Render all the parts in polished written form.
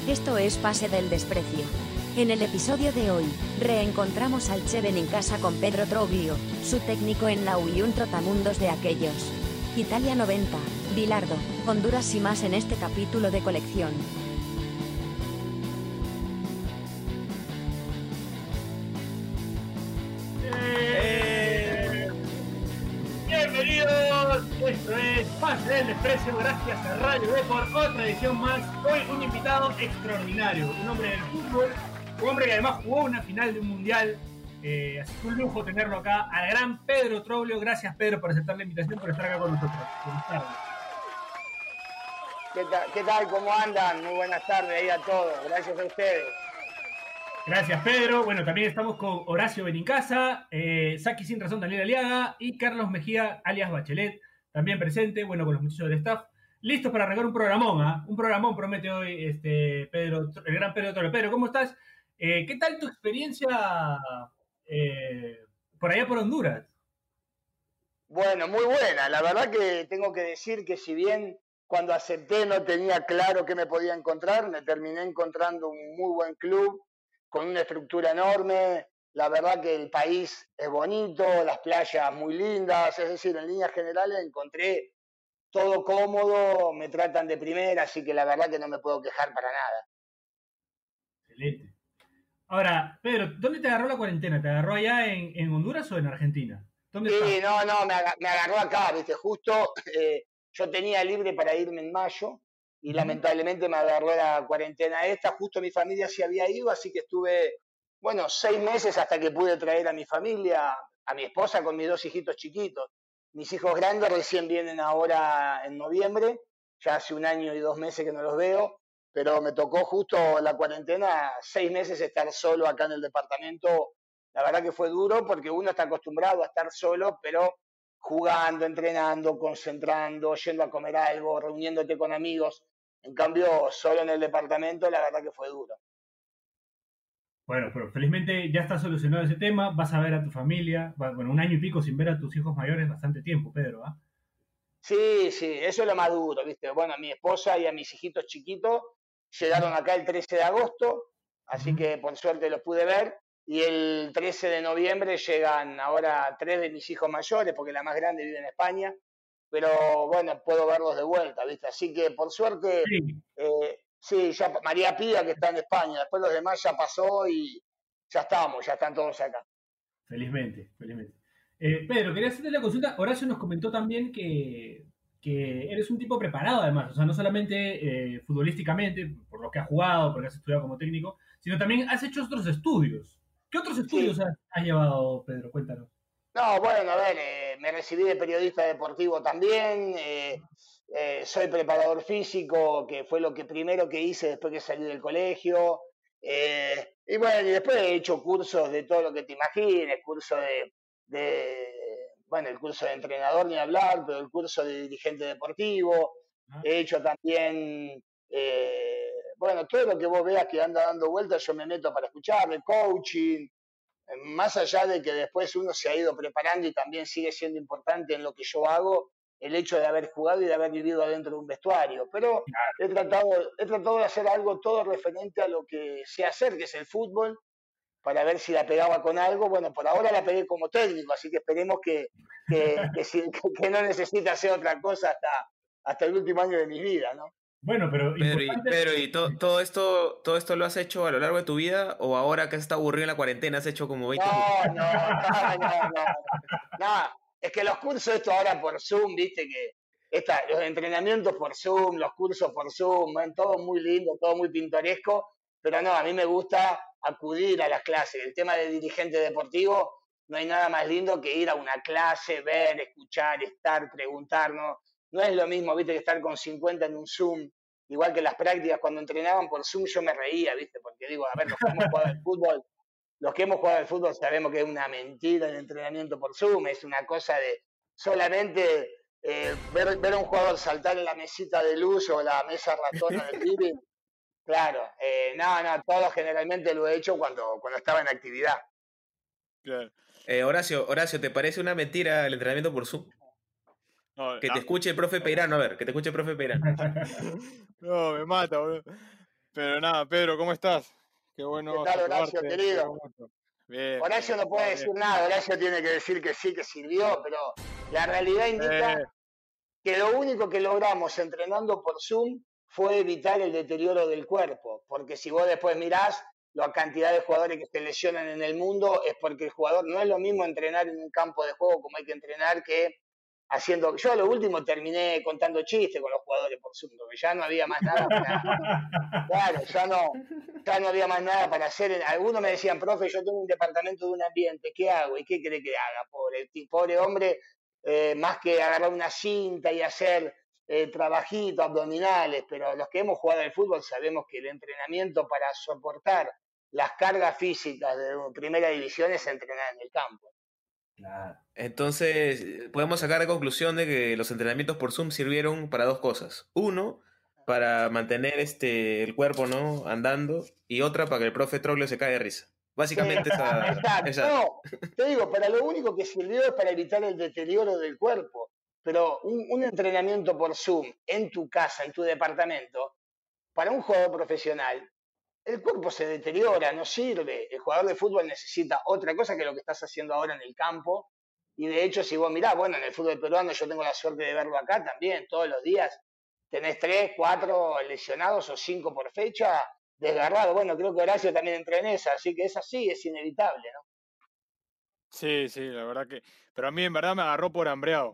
Esto es Pase del Desprecio. En el episodio de hoy, reencontramos al Che Benincasa con Pedro Troglio, su técnico en la U y un trotamundos de aquellos. Italia 90, Bilardo, Honduras y más en este capítulo de colección. Bienvenidos, esto es Pase del Desprecio, gracias a Radio B por otra edición más. Hoy un invitado extraordinario, un hombre del fútbol, un hombre que además jugó una final de un mundial, así que un lujo tenerlo acá, al gran Pedro Troglio. Gracias, Pedro, por aceptar la invitación, por estar acá con nosotros. Buenas tardes. ¿Qué tal? ¿Cómo andan? Muy buenas tardes ahí a todos, gracias a ustedes. Gracias, Pedro. Bueno, también estamos con Horacio Benincasa, Saki Sin Razón, Daniel Aliaga y Carlos Mejía, alias Bachelet, también presente, bueno, con los muchachos del staff. Listos para arrancar un programón, ¿eh? Un programón promete hoy Pedro, el gran Pedro Troglio. Pedro, ¿cómo estás? ¿Qué tal tu experiencia por allá por Honduras? Bueno, muy buena. La verdad que tengo que decir que si bien cuando acepté no tenía claro qué me podía encontrar, me terminé encontrando un muy buen club, con una estructura enorme. La verdad que el país es bonito, las playas muy lindas, es decir, en líneas generales encontré todo cómodo, me tratan de primera, así que la verdad que no me puedo quejar para nada. Excelente. Ahora, Pedro, ¿dónde te agarró la cuarentena? ¿Te agarró allá en Honduras o en Argentina? ¿Dónde Sí, estás? no, me agarró acá, viste, justo yo tenía libre para irme en mayo y lamentablemente me agarró la cuarentena esta, justo mi familia se había ido, así que estuve, bueno, 6 meses hasta que pude traer a mi familia, a mi esposa con mis dos hijitos chiquitos. Mis hijos grandes recién vienen ahora en noviembre, ya hace 1 año y 2 meses que no los veo, pero me tocó justo la cuarentena, 6 meses estar solo acá en el departamento. La verdad que fue duro porque uno está acostumbrado a estar solo, pero jugando, entrenando, concentrando, yendo a comer algo, reuniéndote con amigos. En cambio, solo en el departamento, la verdad que fue duro. Bueno, pero felizmente ya está solucionado ese tema, vas a ver a tu familia, bueno, 1 año y pico sin ver a tus hijos mayores, bastante tiempo, Pedro, ¿ah? Sí, sí, eso es lo más duro, ¿viste? Bueno, a mi esposa y a mis hijitos chiquitos llegaron acá el 13 de agosto, así Ujú. que por suerte los pude ver. Y el 13 de noviembre llegan ahora 3 de mis hijos mayores, porque la más grande vive en España, pero bueno, puedo verlos de vuelta, ¿viste? Así que por suerte, Sí, sí, ya María Pía que está en España, después los demás ya pasó y ya estamos, ya están todos acá. felizmente, felizmente. Pedro, quería hacerte la consulta. Horacio nos comentó también que eres un tipo preparado además, o sea, no solamente futbolísticamente, por lo que has jugado, porque has estudiado como técnico, sino también has hecho otros estudios. ¿Qué otros estudios Sí, has llevado, Pedro? Cuéntanos. no, bueno, a ver, me recibí de periodista deportivo también, soy preparador físico, que fue lo que primero que hice después que salí del colegio, y bueno, y después he hecho cursos de todo lo que te imagines, bueno, el curso de entrenador ni hablar, pero el curso de dirigente deportivo, Ah, he hecho también, bueno, todo lo que vos veas que anda dando vueltas, yo me meto para escuchar, de coaching, más allá de que después uno se ha ido preparando y también sigue siendo importante en lo que yo hago, el hecho de haber jugado y de haber vivido adentro de un vestuario. Pero he tratado de hacer algo todo referente a lo que sé hacer, que es el fútbol, para ver si la pegaba con algo. Bueno, por ahora la pegué como técnico, así que esperemos que no necesite hacer otra cosa hasta el último año de mi vida, ¿no? bueno, pero Pedro, y, importante. Pedro, ¿y todo esto lo has hecho a lo largo de tu vida o ahora que has estado aburrido en la cuarentena has hecho como 20 cursos? No, no, no, no, no. No, es que los cursos esto ahora por Zoom, viste que los entrenamientos por Zoom, los cursos por Zoom, ven, todo muy lindo, todo muy pintoresco, pero no, a mí me gusta acudir a las clases. El tema de dirigente deportivo, no hay nada más lindo que ir a una clase, ver, escuchar, estar, preguntar, ¿no? No es lo mismo, viste, que estar con 50 en un Zoom, igual que las prácticas cuando entrenaban por Zoom yo me reía, viste, porque digo, a ver, los que hemos jugado al fútbol sabemos que es una mentira el entrenamiento por Zoom, es una cosa de solamente ver a un jugador saltar en la mesita de luz o la mesa ratona del living. Claro, no, no, todo generalmente lo he hecho cuando estaba en actividad. Claro. Horacio, ¿te parece una mentira el entrenamiento por Zoom? No, Que te escuche el profe Peirano, a ver, que te escuche el profe Peirano. no, me mata, boludo. Pero nada, Pedro, ¿cómo estás? Qué bueno ¿Qué tal, Horacio, saludarte. querido? Bien, Horacio no todo puede bien. decir nada, Horacio tiene que decir que sí, que sirvió, pero la realidad indica que lo único que logramos entrenando por Zoom fue evitar el deterioro del cuerpo, porque si vos después mirás la cantidad de jugadores que se lesionan en el mundo es porque el jugador no es lo mismo entrenar en un campo de juego como hay que entrenar que haciendo. Yo a lo último terminé contando chistes con los jugadores por Zoom, porque ya no había más nada para. Claro, ya no había más nada para hacer. Algunos me decían, profe, yo tengo un departamento de un ambiente, ¿qué hago? ¿Y qué cree que haga? Pobre hombre, más que agarrar una cinta y hacer trabajitos abdominales, pero los que hemos jugado al fútbol sabemos que el entrenamiento para soportar las cargas físicas de primera división es entrenar en el campo. Claro. Entonces, podemos sacar la conclusión de que los entrenamientos por Zoom sirvieron para dos cosas. Uno, para mantener el cuerpo, ¿no?, andando, y otra para que el profe Troglio se caiga de risa. Básicamente Exacto. No, te digo, para lo único que sirvió es para evitar el deterioro del cuerpo. Pero un entrenamiento por Zoom en tu casa, en tu departamento, para un jugador profesional, el cuerpo se deteriora, no sirve. El jugador de fútbol necesita otra cosa que lo que estás haciendo ahora en el campo. Y de hecho, si vos mirás, bueno, en el fútbol peruano yo tengo la suerte de verlo acá también, todos los días tenés 3, 4 lesionados o 5 por fecha, desgarrado. Bueno, creo que Horacio también entra en esa, así que es así, es inevitable, ¿no? Sí, la verdad que. Pero a mí en verdad me agarró por hambreado.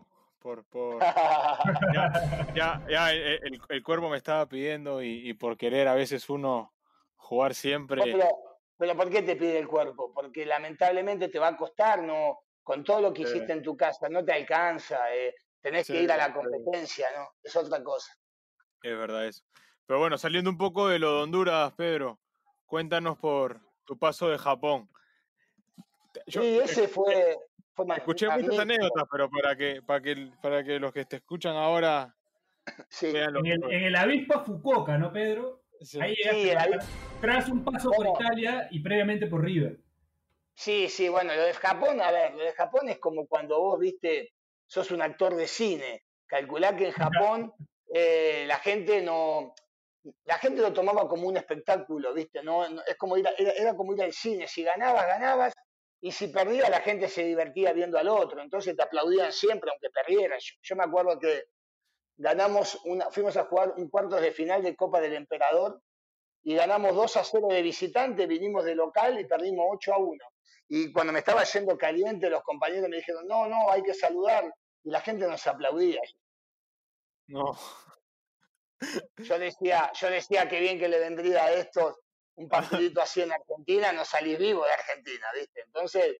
Ya el cuerpo me estaba pidiendo y por querer a veces uno jugar siempre. Pero ¿por qué te pide el cuerpo? Porque lamentablemente te va a costar, ¿no? Con todo lo que hiciste en tu casa, no te alcanza, tenés que ir a la competencia, ¿no? Es otra cosa. Es verdad eso. Pero bueno, saliendo un poco de lo de Honduras, Pedro, cuéntanos por tu paso de Japón. Sí, ese fue escuché muchas anécdotas, pero para que los que te escuchan ahora sí. vean lo en el Avispa Fukuoka, ¿no, Pedro? Sí. Ahí tras un paso por Italia y previamente por River. Sí, bueno, lo de Japón, lo de Japón es como cuando vos, viste, sos un actor de cine. Calculá que en Japón la gente lo tomaba como un espectáculo, viste, no es como era como ir al cine. Si ganabas, y si perdías la gente se divertía viendo al otro, entonces te aplaudían siempre aunque perdieras. Yo me acuerdo que fuimos a jugar un cuartos de final de Copa del Emperador y ganamos 2-0 de visitante, vinimos de local y perdimos 8-1. Y cuando me estaba yendo caliente, los compañeros me dijeron, no, hay que saludar. Y la gente nos aplaudía. No. Yo decía que bien que le vendría a estos un partidito así en Argentina, no salís vivo de Argentina, ¿viste? Entonces,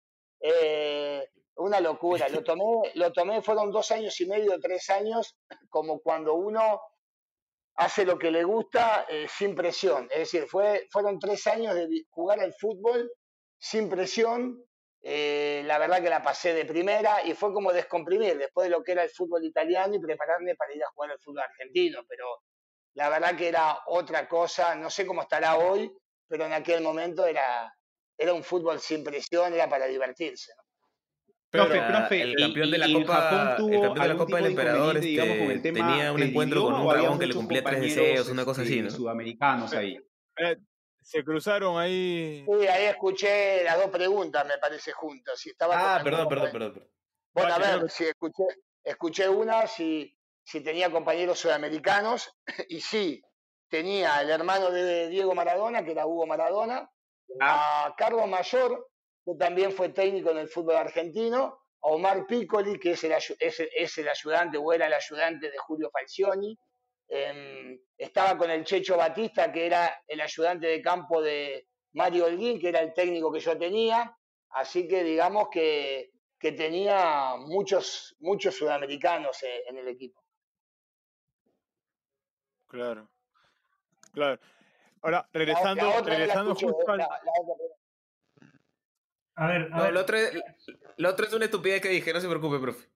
una locura. Lo tomé, fueron 2 años y medio, 3 años, como cuando uno hace lo que le gusta sin presión. Es decir, fueron 3 años de jugar al fútbol sin presión. La verdad que la pasé de primera y fue como descomprimir después de lo que era el fútbol italiano y prepararme para ir a jugar al fútbol argentino. Pero la verdad que era otra cosa. No sé cómo estará hoy, pero en aquel momento era un fútbol sin presión, era para divertirse, ¿no? Profe, el campeón de la Copa del Emperador tenía un encuentro con un dragón que le cumplía 3 deseos, una cosa así, ¿no? Sudamericanos ahí. Se cruzaron ahí. Sí, ahí escuché las 2 preguntas, me parece, juntas. Si estaba perdón. Bueno, a ver, si escuché una, si tenía compañeros sudamericanos, y sí, tenía el hermano de Diego Maradona, que era Hugo Maradona, a Carlos Mayor, que también fue técnico en el fútbol argentino, a Omar Piccoli, que es el ayudante o era el ayudante de Julio Falcioni. Estaba con el Checho Batista, que era el ayudante de campo de Mario Holguín, que era el técnico que yo tenía. Así que digamos que tenía muchos sudamericanos en el equipo. Claro. Ahora, regresando justo al... A ver. Lo otro es una estupidez que dije, no se preocupe, profe.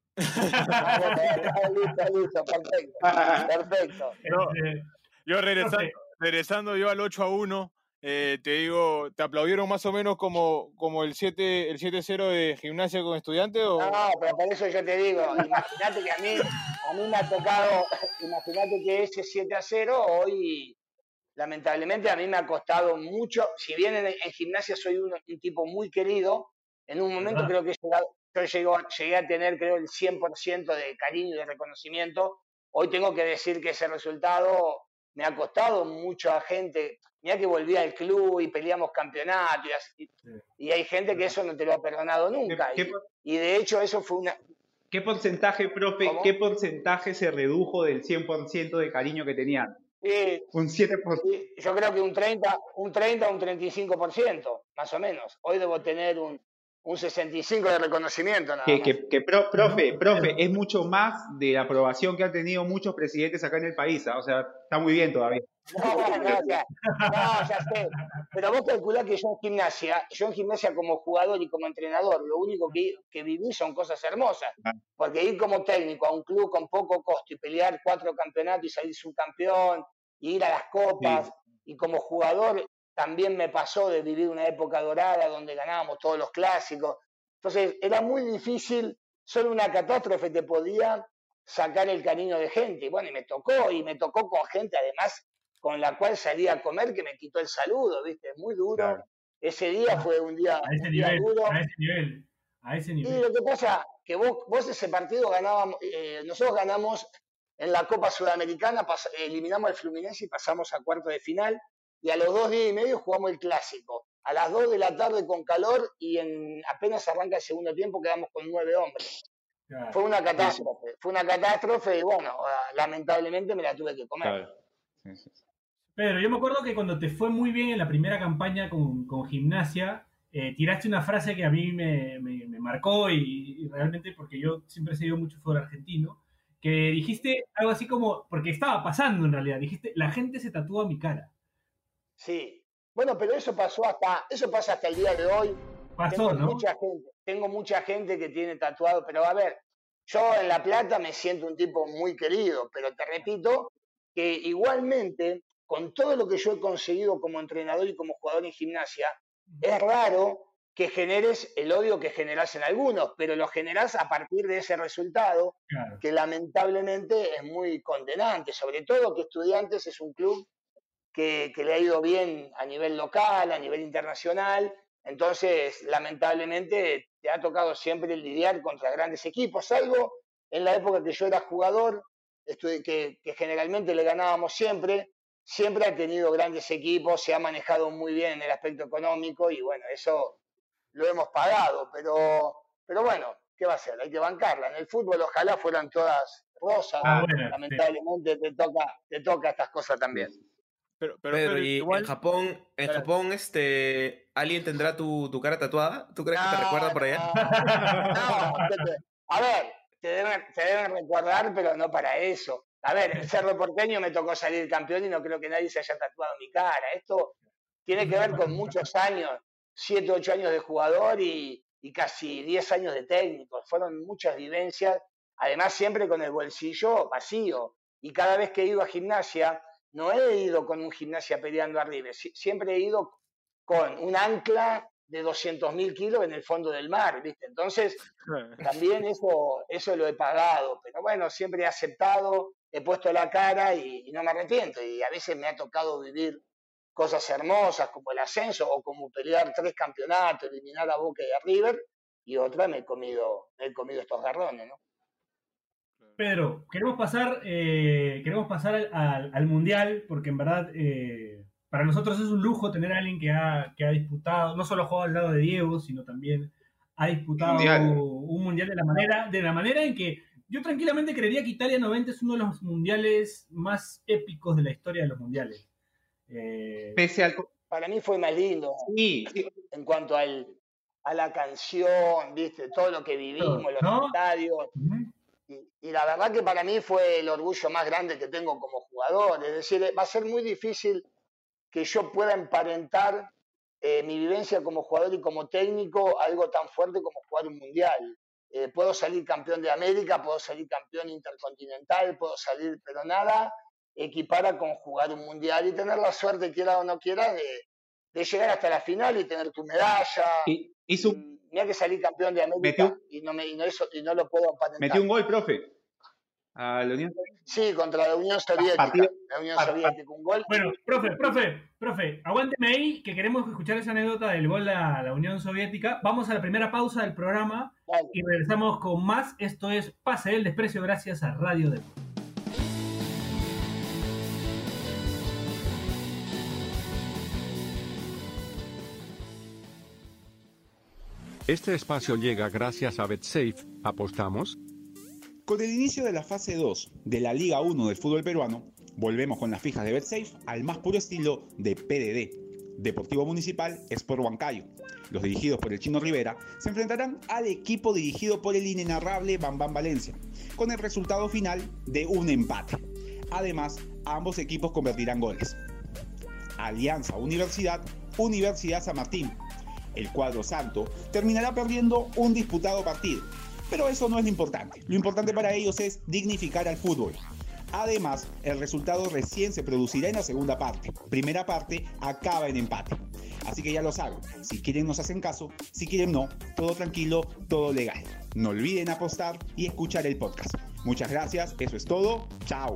Listo, perfecto. No, yo regresando yo al 8-1, te digo, ¿te aplaudieron más o menos como el 7-0 de Gimnasia con Estudiantes? ¿O? No, pero por eso yo te digo, imagínate que a mí me ha tocado, imagínate que ese 7-0 hoy lamentablemente a mí me ha costado mucho, si bien en gimnasia soy un tipo muy querido, en un momento creo que llegué a tener, creo, el 100% de cariño y de reconocimiento. Hoy tengo que decir que ese resultado me ha costado mucho a gente. Mirá que volví al club y peleamos campeonatos y hay gente que eso no te lo ha perdonado nunca. Y de hecho eso fue una... ¿Qué porcentaje, profe, ¿Cómo? qué porcentaje se redujo del 100% de cariño que tenían? Un 7%. Yo creo que un 30, un 35%, más o menos. Hoy debo tener un 65% de reconocimiento nada más. Profe, es mucho más de la aprobación que han tenido muchos presidentes acá en el país, ¿eh? O sea, está muy bien todavía. No, ya sé. Pero vos calculás que yo en gimnasia como jugador y como entrenador, lo único que viví son cosas hermosas. Porque ir como técnico a un club con poco costo y pelear 4 campeonatos y salir subcampeón, y ir a las copas, y como jugador también me pasó de vivir una época dorada donde ganábamos todos los clásicos. Entonces era muy difícil, solo una catástrofe te podía sacar el cariño de gente. Bueno, y me tocó con gente además con la cual salí a comer que me quitó el saludo, ¿viste? Muy duro. Claro. Ese día fue un día duro. A ese nivel. Y lo que pasa que vos ese partido ganábamos, nosotros ganamos en la Copa Sudamericana, eliminamos al Fluminense y pasamos a cuartos de final, y a los 2 días y medio jugamos el Clásico. A las 2 de la tarde con calor y apenas arranca el segundo tiempo quedamos con 9 hombres. Claro. Fue una catástrofe y bueno, lamentablemente me la tuve que comer. Claro. Pedro, yo me acuerdo que cuando te fue muy bien en la primera campaña con gimnasia, tiraste una frase que a mí me marcó y realmente porque yo siempre he seguido mucho fútbol argentino, que dijiste algo así como, porque estaba pasando en realidad, dijiste, la gente se tatúa mi cara. Sí, bueno, pero eso pasa hasta el día de hoy. Pasó, ¿no? Tengo mucha gente que tiene tatuado, pero a ver, yo en La Plata me siento un tipo muy querido, pero te repito que igualmente, con todo lo que yo he conseguido como entrenador y como jugador en gimnasia, es raro que generes el odio que generás en algunos, pero lo generás a partir de ese resultado, claro, que lamentablemente es muy condenante, sobre todo que Estudiantes es un club que le ha ido bien a nivel local, a nivel internacional, entonces lamentablemente te ha tocado siempre lidiar contra grandes equipos, salvo en la época que yo era jugador, que generalmente le ganábamos siempre ha tenido grandes equipos, se ha manejado muy bien en el aspecto económico y bueno, eso lo hemos pagado, pero bueno, ¿qué va a ser? Hay que bancarla. En el fútbol ojalá fueran todas rosas, bueno, lamentablemente sí. te toca estas cosas también. Pero y igual... en Japón, ¿alguien tendrá tu cara tatuada? ¿Tú crees que te recuerda por allá? No, a ver, te deben recordar, pero no para eso. A ver, el Cerro Porteño me tocó salir campeón y no creo que nadie se haya tatuado mi cara. Esto tiene que ver con muchos años, 7, 8 años de jugador y casi 10 años de técnico. Fueron muchas vivencias, además siempre con el bolsillo vacío. Y cada vez que he ido a gimnasia, no he ido con un Gimnasia peleando arriba, siempre he ido con un ancla de 200.000 kilos en el fondo del mar, ¿viste? Entonces, también eso lo he pagado, pero bueno, siempre he aceptado, he puesto la cara y no me arrepiento, y a veces me ha tocado vivir cosas hermosas como el ascenso o como pelear 3 campeonatos, eliminar a Boca y a River, y otra me he comido estos garrones, ¿no? Pedro, queremos pasar al Mundial, porque en verdad para nosotros es un lujo tener a alguien que ha disputado, no solo ha jugado al lado de Diego, sino también ha disputado un Mundial de la manera en que yo tranquilamente creería que Italia 90 es uno de los mundiales más épicos de la historia de los mundiales. Para mí fue más lindo, sí, en cuanto a la canción, ¿viste? Todo lo que vivimos, los estadios. Y la verdad que para mí fue el orgullo más grande que tengo como jugador. Es decir, va a ser muy difícil que yo pueda emparentar mi vivencia como jugador y como técnico a algo tan fuerte como jugar un mundial. Puedo salir campeón de América, puedo salir campeón intercontinental, pero nada equipara con jugar un mundial y tener la suerte, quiera o no quiera, de llegar hasta la final y tener tu medalla. Mira que salí campeón de América y no lo puedo aparentar. Metió un gol, profe. A la Unión Soviética. Sí, contra la Unión Soviética. Partido- La Unión Soviética, un gol. Bueno, profe, aguánteme ahí, que queremos escuchar esa anécdota del gol a la Unión Soviética. Vamos a la primera pausa del programa Dale. y regresamos con más. Esto es Pase del Desprecio, gracias a Radio Depor. Este espacio llega gracias a BetSafe. ¿Apostamos? Con el inicio de la fase 2 de la Liga 1 del fútbol peruano, volvemos con las fijas de BetSafe al más puro estilo de PDD, Deportivo Municipal Sport Huancayo. Los dirigidos por el Chino Rivera se enfrentarán al equipo dirigido por el inenarrable Bambam Valencia, con el resultado final de un empate. Además, ambos equipos convertirán goles. Alianza Universidad, Universidad San Martín. El cuadro santo terminará perdiendo un disputado partido, pero eso no es lo importante. Lo importante para ellos es dignificar al fútbol. Además, el resultado recién se producirá en la segunda parte. Primera parte acaba en empate. Así que ya lo saben, si quieren nos hacen caso, si quieren no, todo tranquilo, todo legal. No olviden apostar y escuchar el podcast. Muchas gracias, eso es todo, chao.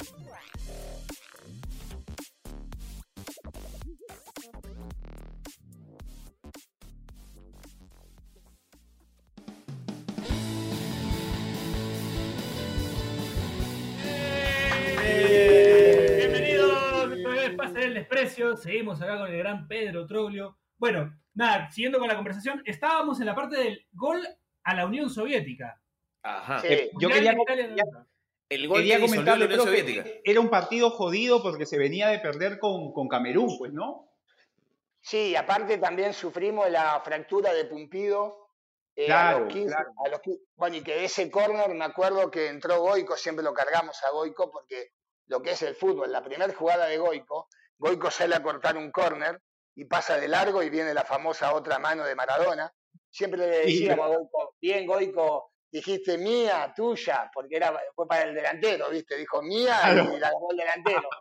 Bienvenidos, esto es Pase del Desprecio. Seguimos acá con el gran Pedro Troglio. Bueno, nada, siguiendo con la conversación, estábamos en la parte del gol a la Unión Soviética. Ajá. Sí. Yo Mundial quería, de Italia, quería- El gol quería que disolvió comentarle, la Unión profe, Soviética. era un partido jodido porque se venía de perder con Camerún, pues, ¿no? Sí, aparte también sufrimos la fractura de Pumpido. A Claro, los 15, claro. bueno, y que de ese córner me acuerdo que entró Goico, siempre lo cargamos a Goico porque lo que es el fútbol, la primera jugada de Goico sale a cortar un córner y pasa de largo y viene la famosa otra mano de Maradona. Siempre le decíamos a Goico, bien Goico, dijiste mía, tuya, porque fue para el delantero, ¿viste? Dijo mía Claro. y la agarró el delantero.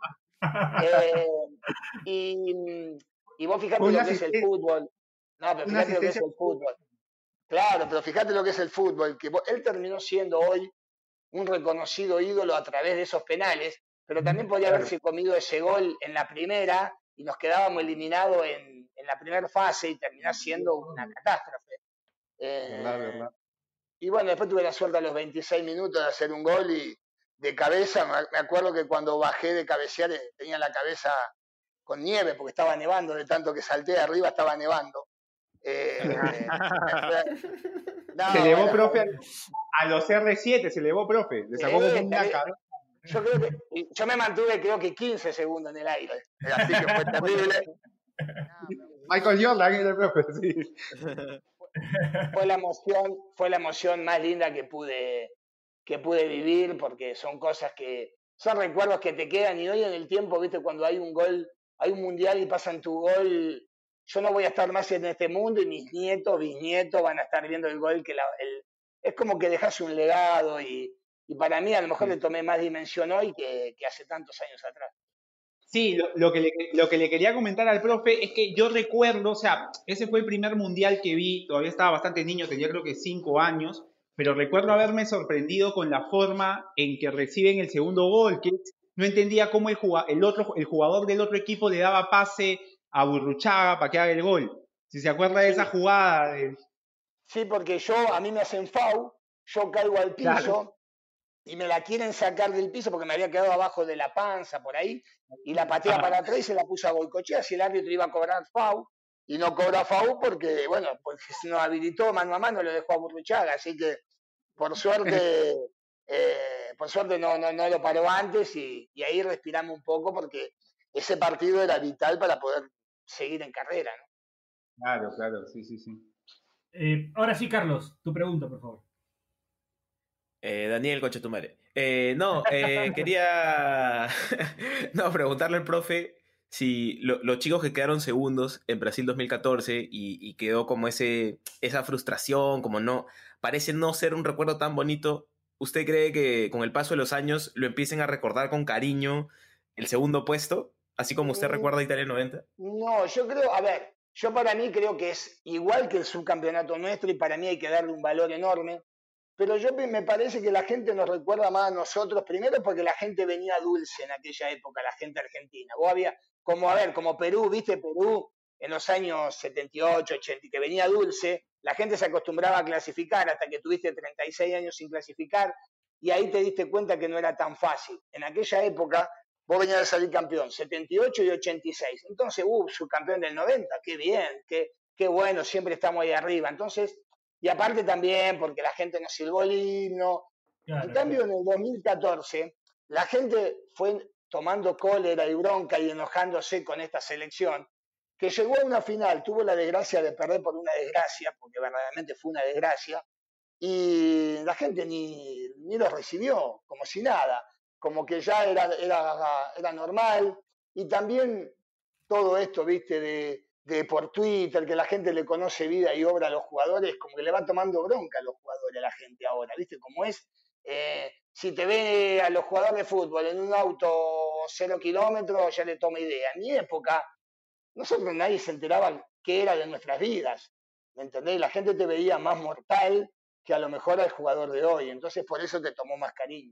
Y vos fijate Fue lo una que es el asisten- fútbol. No, pero una fíjate lo que es asistencia- el fútbol. Claro, pero fíjate lo que es el fútbol, que él terminó siendo hoy un reconocido ídolo a través de esos penales, pero también podría Claro. haberse comido ese gol en la primera y nos quedábamos eliminados en la primera fase y terminó siendo una catástrofe. Verdad. Y bueno, después tuve la suerte a los 26 minutos de hacer un gol y de cabeza, me acuerdo que cuando bajé de cabecear tenía la cabeza con nieve porque estaba nevando, de tanto que salté de arriba estaba nevando. No, Se elevó, bueno, profe, a los R7, se elevó, profe. Le sacó como una también. cabeza. Yo me mantuve creo que 15 segundos en el aire, así que fue terrible. Michael Jordan era el profe, sí. Fue la emoción más linda que pude vivir, porque son cosas son recuerdos que te quedan, y hoy en el tiempo, viste, cuando hay un gol, hay un mundial y pasan tu gol, yo no voy a estar más en este mundo y mis nietos, bisnietos van a estar viendo el gol, es como que dejas un legado y para mí a lo mejor le tomé más dimensión hoy que hace tantos años atrás. Sí, lo que le quería comentar al profe es que yo recuerdo, o sea, ese fue el primer mundial que vi, todavía estaba bastante niño, tenía creo que 5 años, pero recuerdo haberme sorprendido con la forma en que reciben el segundo gol, que no entendía cómo el jugador del otro equipo le daba pase a Burruchaga para que haga el gol. Si se acuerda de esa jugada. Sí, porque a mí me hacen foul, yo caigo al piso. Claro. Y me la quieren sacar del piso porque me había quedado abajo de la panza por ahí, y la patea para atrás y se la puso a Goicoechea, si el árbitro iba a cobrar foul, y no cobra foul porque, bueno, porque se nos habilitó mano a mano, lo dejó a Burruchaga, así que por suerte no lo paró antes y ahí respiramos un poco porque ese partido era vital para poder seguir en carrera, ¿no? Claro, sí. Ahora sí, Carlos, tu pregunta, por favor. Daniel Conchetumare. Quería preguntarle al profe si los chicos que quedaron segundos en Brasil 2014 y quedó como esa frustración, como no, parece no ser un recuerdo tan bonito, ¿usted cree que con el paso de los años lo empiecen a recordar con cariño el segundo puesto, así como usted recuerda Italia 90? No, yo para mí creo que es igual que el subcampeonato nuestro y para mí hay que darle un valor enorme, pero me parece que la gente nos recuerda más a nosotros, primero porque la gente venía dulce en aquella época, la gente argentina. Vos había, como Perú, ¿viste? Perú en los años 78, 80, que venía dulce, la gente se acostumbraba a clasificar hasta que tuviste 36 años sin clasificar, y ahí te diste cuenta que no era tan fácil. En aquella época, vos venías a salir campeón, 78 y 86. Entonces, subcampeón del 90, qué bien, qué bueno, siempre estamos ahí arriba. Entonces, y aparte también porque la gente nos silbó el himno. Claro, en cambio, en el 2014, la gente fue tomando cólera y bronca y enojándose con esta selección, que llegó a una final, tuvo la desgracia de perder por una desgracia, porque verdaderamente fue una desgracia, y la gente ni lo recibió, como si nada, como que ya era normal, y también todo esto, viste, de por Twitter, que la gente le conoce vida y obra a los jugadores, como que le va tomando bronca a los jugadores a la gente ahora, ¿viste? Como es, si te ve a los jugadores de fútbol en un auto 0 kilómetros, ya le toma idea. En mi época, nosotros nadie se enteraba qué era de nuestras vidas, ¿me entendés? La gente te veía más mortal que a lo mejor al jugador de hoy, entonces por eso te tomó más cariño.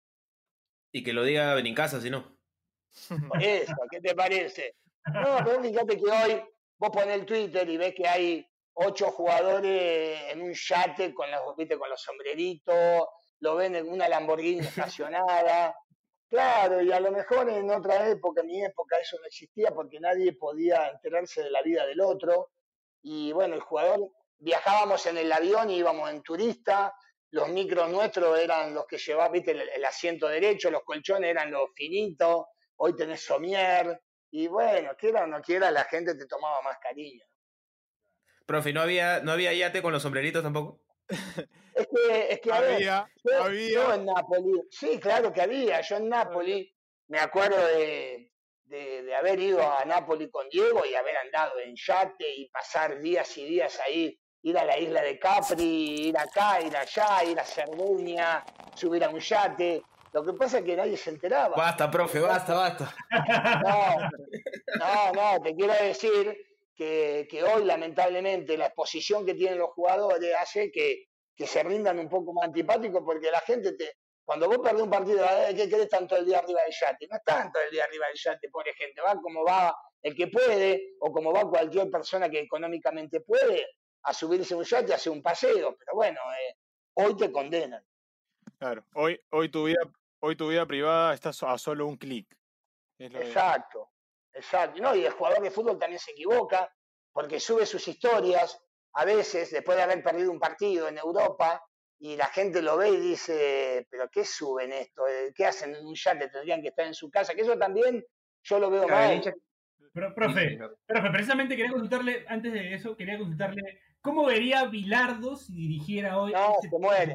Y que lo diga Benincasa, si no. Por eso, ¿qué te parece? No, pero fíjate que hoy vos ponés el Twitter y ves que hay 8 jugadores en un yate con los sombreritos, lo ven en una Lamborghini estacionada. Claro, y a lo mejor en otra época, en mi época, eso no existía porque nadie podía enterarse de la vida del otro. Y bueno, el jugador, viajábamos en el avión y íbamos en turista, los micros nuestros eran los que llevaban, viste, el asiento derecho, los colchones eran los finitos, hoy tenés somier. Y bueno, quiera o no quiera, la gente te tomaba más cariño. Profe, ¿no había yate con los sombreritos tampoco? Es que había. Yo en Nápoli, sí, claro que había. Yo en Nápoli me acuerdo de haber ido a Nápoli con Diego y haber andado en yate y pasar días y días ahí, ir a la isla de Capri, ir acá, ir allá, ir a Cerdeña, subir a un yate. Lo que pasa es que nadie se enteraba. Basta, profe, basta. No, te quiero decir que hoy, lamentablemente, la exposición que tienen los jugadores hace que se rindan un poco más antipáticos porque la gente cuando vos perdés un partido, ¿qué querés tanto el día arriba del yate? No es tanto el día arriba del yate, pobre gente, va como va el que puede o como va cualquier persona que económicamente puede a subirse a un yate, a hacer un paseo, pero bueno, hoy te condenan. Claro, hoy tu vida privada está a solo un clic. Exacto. No, y el jugador de fútbol también se equivoca porque sube sus historias a veces después de haber perdido un partido en Europa y la gente lo ve y dice, pero ¿qué suben esto? ¿Qué hacen en un yate? Tendrían que estar en su casa, que eso también yo lo veo mal. Pero, profe, precisamente quería consultarle, antes de eso, ¿cómo vería Bilardo si dirigiera hoy? No, se muere.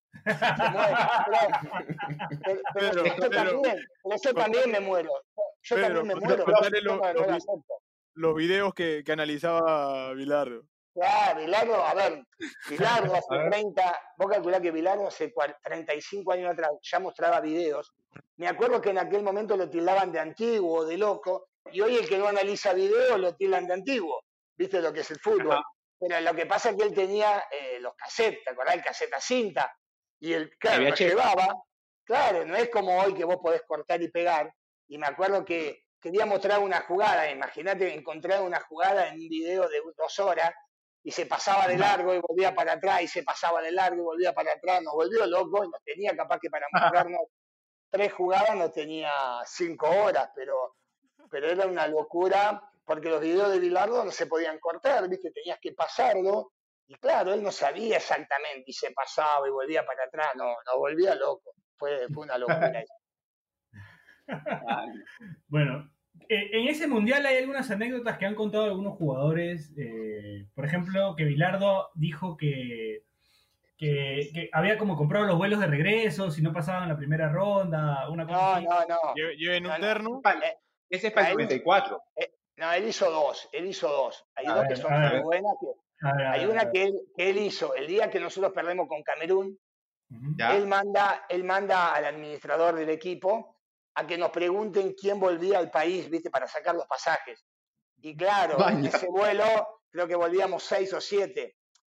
Pero yo también me muero. Yo también me muero. Los videos que analizaba Bilardo. Claro, Bilardo hace 30, vos calculás que Bilardo hace 35 años atrás ya mostraba videos. Me acuerdo que en aquel momento lo tildaban de antiguo, de loco, y hoy el que no analiza videos lo tildan de antiguo. ¿Viste lo que es el fútbol? Ajá. Pero lo que pasa es que él tenía los cassettes, ¿te acordás? El cassette a cinta. Y lo llevaba. Claro, no es como hoy que vos podés cortar y pegar. Y me acuerdo que quería mostrar una jugada. Imagínate encontrar una jugada en un video de 2 horas y se pasaba de largo y volvía para atrás y se pasaba de largo y volvía para atrás. Nos volvió locos y nos tenía capaz que para mostrarnos 3 jugadas nos tenía 5 horas, pero era una locura porque los videos de Bilardo no se podían cortar, ¿viste? Tenías que pasarlo. Y claro, él no sabía exactamente y se pasaba y volvía para atrás, nos volvía loco. Fue una locura eso. Bueno, en ese mundial hay algunas anécdotas que han contado algunos jugadores. Por ejemplo, que Bilardo dijo que había como comprado los vuelos de regreso si no pasaban la primera ronda. Una cosa así. No. Lleven un terno. Ese es para el 94. No, él hizo dos. Hay dos que son muy buenas. Hay una que él hizo el día que nosotros perdemos con Camerún. ¿Ya? Él manda al administrador del equipo a que nos pregunten quién volvía al país, ¿viste? Para sacar los pasajes. Y claro, en ese vuelo creo que volvíamos 6 o 7.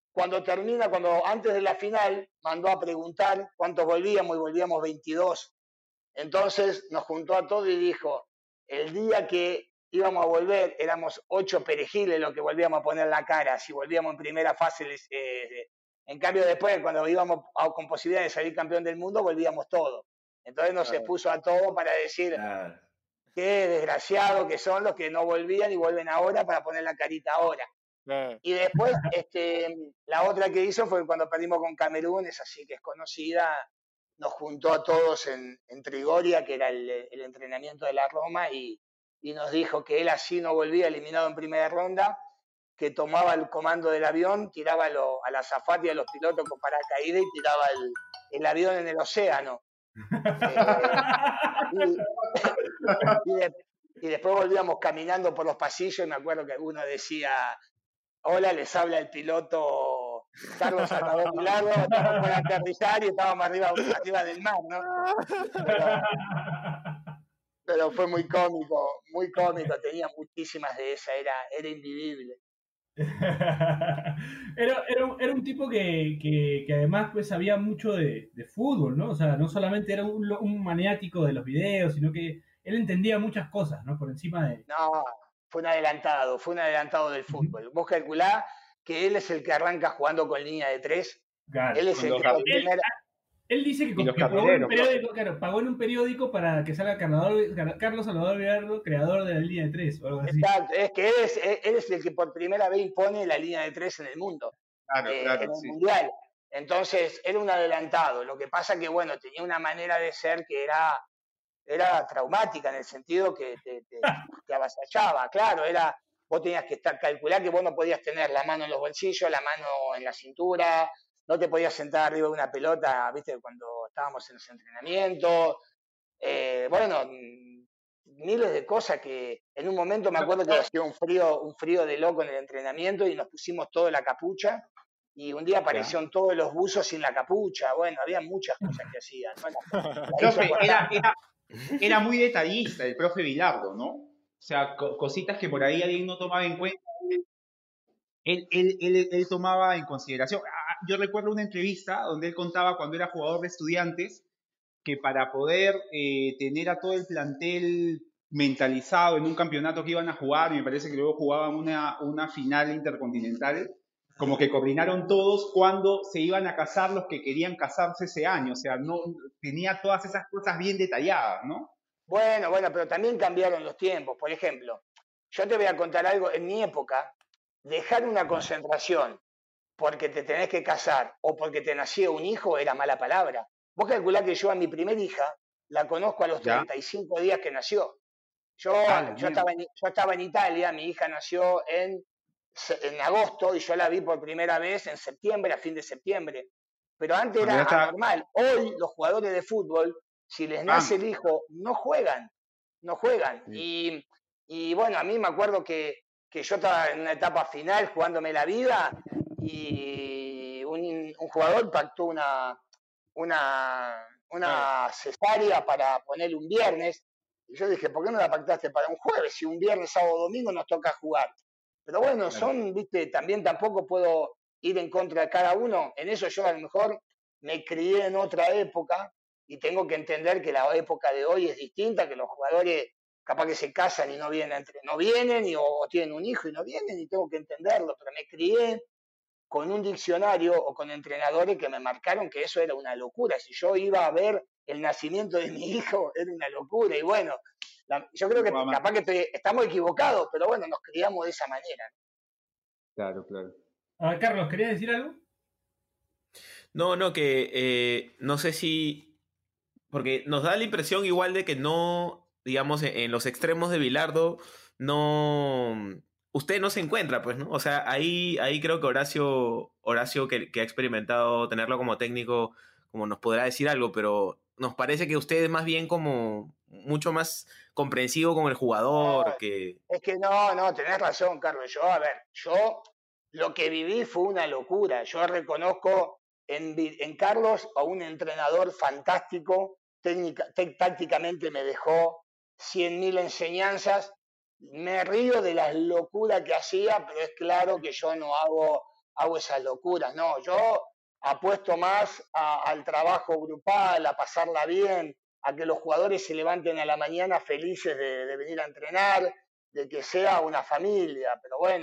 cuando antes de la final, mandó a preguntar cuántos volvíamos y volvíamos 22. Entonces nos juntó a todos y dijo, el día que íbamos a volver éramos 8 perejiles lo que volvíamos a poner la cara, si volvíamos en primera fase. En cambio después, cuando íbamos con posibilidad de salir campeón del mundo, volvíamos todos. Entonces nos expuso a todos para decir qué desgraciados que son los que no volvían y vuelven ahora para poner la carita ahora. Y después, la otra que hizo fue cuando perdimos con Camerún, es así que es conocida, nos juntó a todos en Trigoria, que era el entrenamiento de la Roma, y nos dijo que él así no volvía eliminado en primera ronda, que tomaba el comando del avión, tiraba a la azafata y a los pilotos con paracaídas y tiraba el avión en el océano. Y después volvíamos caminando por los pasillos y me acuerdo que alguno decía, hola, les habla el piloto Carlos Salvador Milagro, estamos por aterrizar y estábamos arriba del mar, ¿no? Pero fue muy cómico, tenía muchísimas de esas, era invivible. Era un tipo que además pues sabía mucho de fútbol, ¿no? O sea, no solamente era un maniático de los videos, sino que él entendía muchas cosas, ¿no? Por encima de... No, fue un adelantado del fútbol. Vos calculá que él es el que arranca jugando con línea de 3. Claro, él es el que él dice que pagó en un periódico para que salga Carlos Salvador Villardo, creador de la línea de 3 o algo así. Exacto, es que él es el que por primera vez impone la línea de 3 en el mundo, en el mundial. Entonces, era un adelantado. Lo que pasa que, bueno, tenía una manera de ser que era traumática en el sentido que te avasallaba. Claro, vos tenías que calcular que vos no podías tener la mano en los bolsillos, la mano en la cintura, no te podías sentar arriba de una pelota, viste, cuando estábamos en los entrenamientos. Bueno, miles de cosas que en un momento me acuerdo que hacía un frío de loco en el entrenamiento y nos pusimos toda la capucha y un día aparecieron todos los buzos sin la capucha. Bueno, había muchas cosas que hacían. Bueno, profe, era muy detallista el profe Bilardo, ¿no? O sea, cositas que por ahí alguien no tomaba en cuenta. Él tomaba en consideración. Yo recuerdo una entrevista donde él contaba cuando era jugador de Estudiantes que para poder tener a todo el plantel mentalizado en un campeonato que iban a jugar, y me parece que luego jugaban una final intercontinental, como que coordinaron todos cuando se iban a casar los que querían casarse ese año. O sea, no tenía todas esas cosas bien detalladas, ¿no? Bueno, pero también cambiaron los tiempos. Por ejemplo, yo te voy a contar algo. En mi época, dejar una concentración porque te tenés que casar o porque te nació un hijo era mala palabra. Vos calculás que yo a mi primer hija la conozco a los 35 días que nació. Yo estaba en Italia, mi hija nació en agosto y yo la vi por primera vez en septiembre, a fin de septiembre. Pero antes era anormal. Hoy los jugadores de fútbol, si les nace el hijo, no juegan. Sí. Y bueno, a mí me acuerdo que yo estaba en una etapa final jugándome la vida y un jugador pactó una cesárea para ponerle un viernes. Y yo dije, ¿por qué no la pactaste para un jueves? Si un viernes, sábado, domingo nos toca jugar. Pero bueno, viste, también tampoco puedo ir en contra de cada uno. En eso yo a lo mejor me crié en otra época y tengo que entender que la época de hoy es distinta, que los jugadores capaz que se casan y no vienen o tienen un hijo y no vienen, y tengo que entenderlo, pero me crié con un diccionario o con entrenadores que me marcaron que eso era una locura. Si yo iba a ver el nacimiento de mi hijo, era una locura. Y bueno, yo creo que capaz que estamos equivocados, pero bueno, nos criamos de esa manera. Claro. Carlos, ¿querías decir algo? No, que no sé si... Porque nos da la impresión igual de que no, digamos, en los extremos de Bilardo, no... Usted no se encuentra, pues, ¿no? O sea, ahí creo que Horacio que ha experimentado tenerlo como técnico, como nos podrá decir algo, pero nos parece que usted es más bien como mucho más comprensivo con el jugador. Es que no, tenés razón, Carlos. Yo lo que viví fue una locura. Yo reconozco en Carlos a un entrenador fantástico, tácticamente me dejó 100.000 enseñanzas. Me río de las locuras que hacía, pero es claro que yo no hago hago esas locuras. No, yo apuesto más al trabajo grupal, a pasarla bien, a que los jugadores se levanten a la mañana felices de venir a entrenar, de que sea una familia. Pero bueno,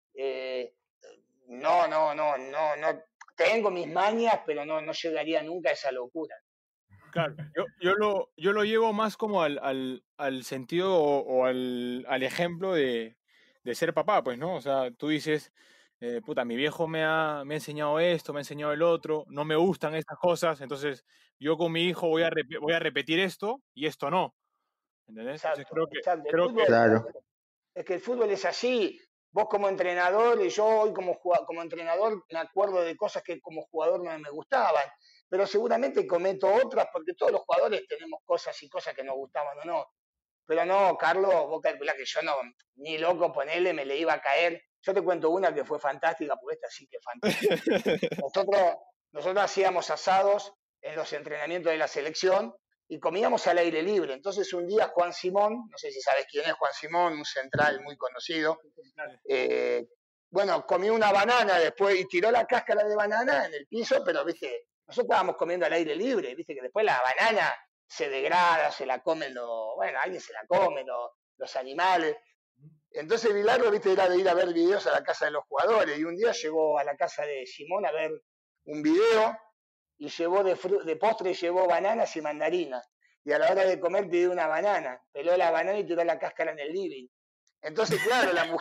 no. Tengo mis mañas, pero no llegaría nunca a esa locura. Claro, yo lo llevo más como al sentido o al ejemplo de ser papá, pues, ¿no? O sea, tú dices, puta, mi viejo me ha enseñado esto, me ha enseñado el otro, no me gustan estas cosas, entonces yo con mi hijo voy a repetir esto y esto no. ¿Entendés? Exacto, Entonces creo que Claro. es que el fútbol es así. Vos como entrenador y yo hoy como entrenador me acuerdo de cosas que como jugador no me gustaban, pero seguramente cometo otras porque todos los jugadores tenemos cosas y cosas que nos gustaban o no. Pero no, Carlos, vos calculás que yo no, ni loco ponele, me le iba a caer. Yo te cuento una que fue fantástica, porque esta sí que es fantástica. Nosotros hacíamos asados en los entrenamientos de la selección y comíamos al aire libre. Entonces un día Juan Simón, no sé si sabes quién es Juan Simón, un central muy conocido, bueno, comió una banana después y tiró la cáscara de banana en el piso, pero viste, nosotros estábamos comiendo al aire libre, viste que después la banana se degrada, se la comen alguien se la come, los animales. Entonces Bilardo, viste, era de ir a ver videos a la casa de los jugadores, y un día llegó a la casa de Simón a ver un video, y llevó de postre llevó bananas y mandarinas. Y a la hora de comer pidió una banana, peló la banana y tiró la cáscara en el living. Entonces, claro, la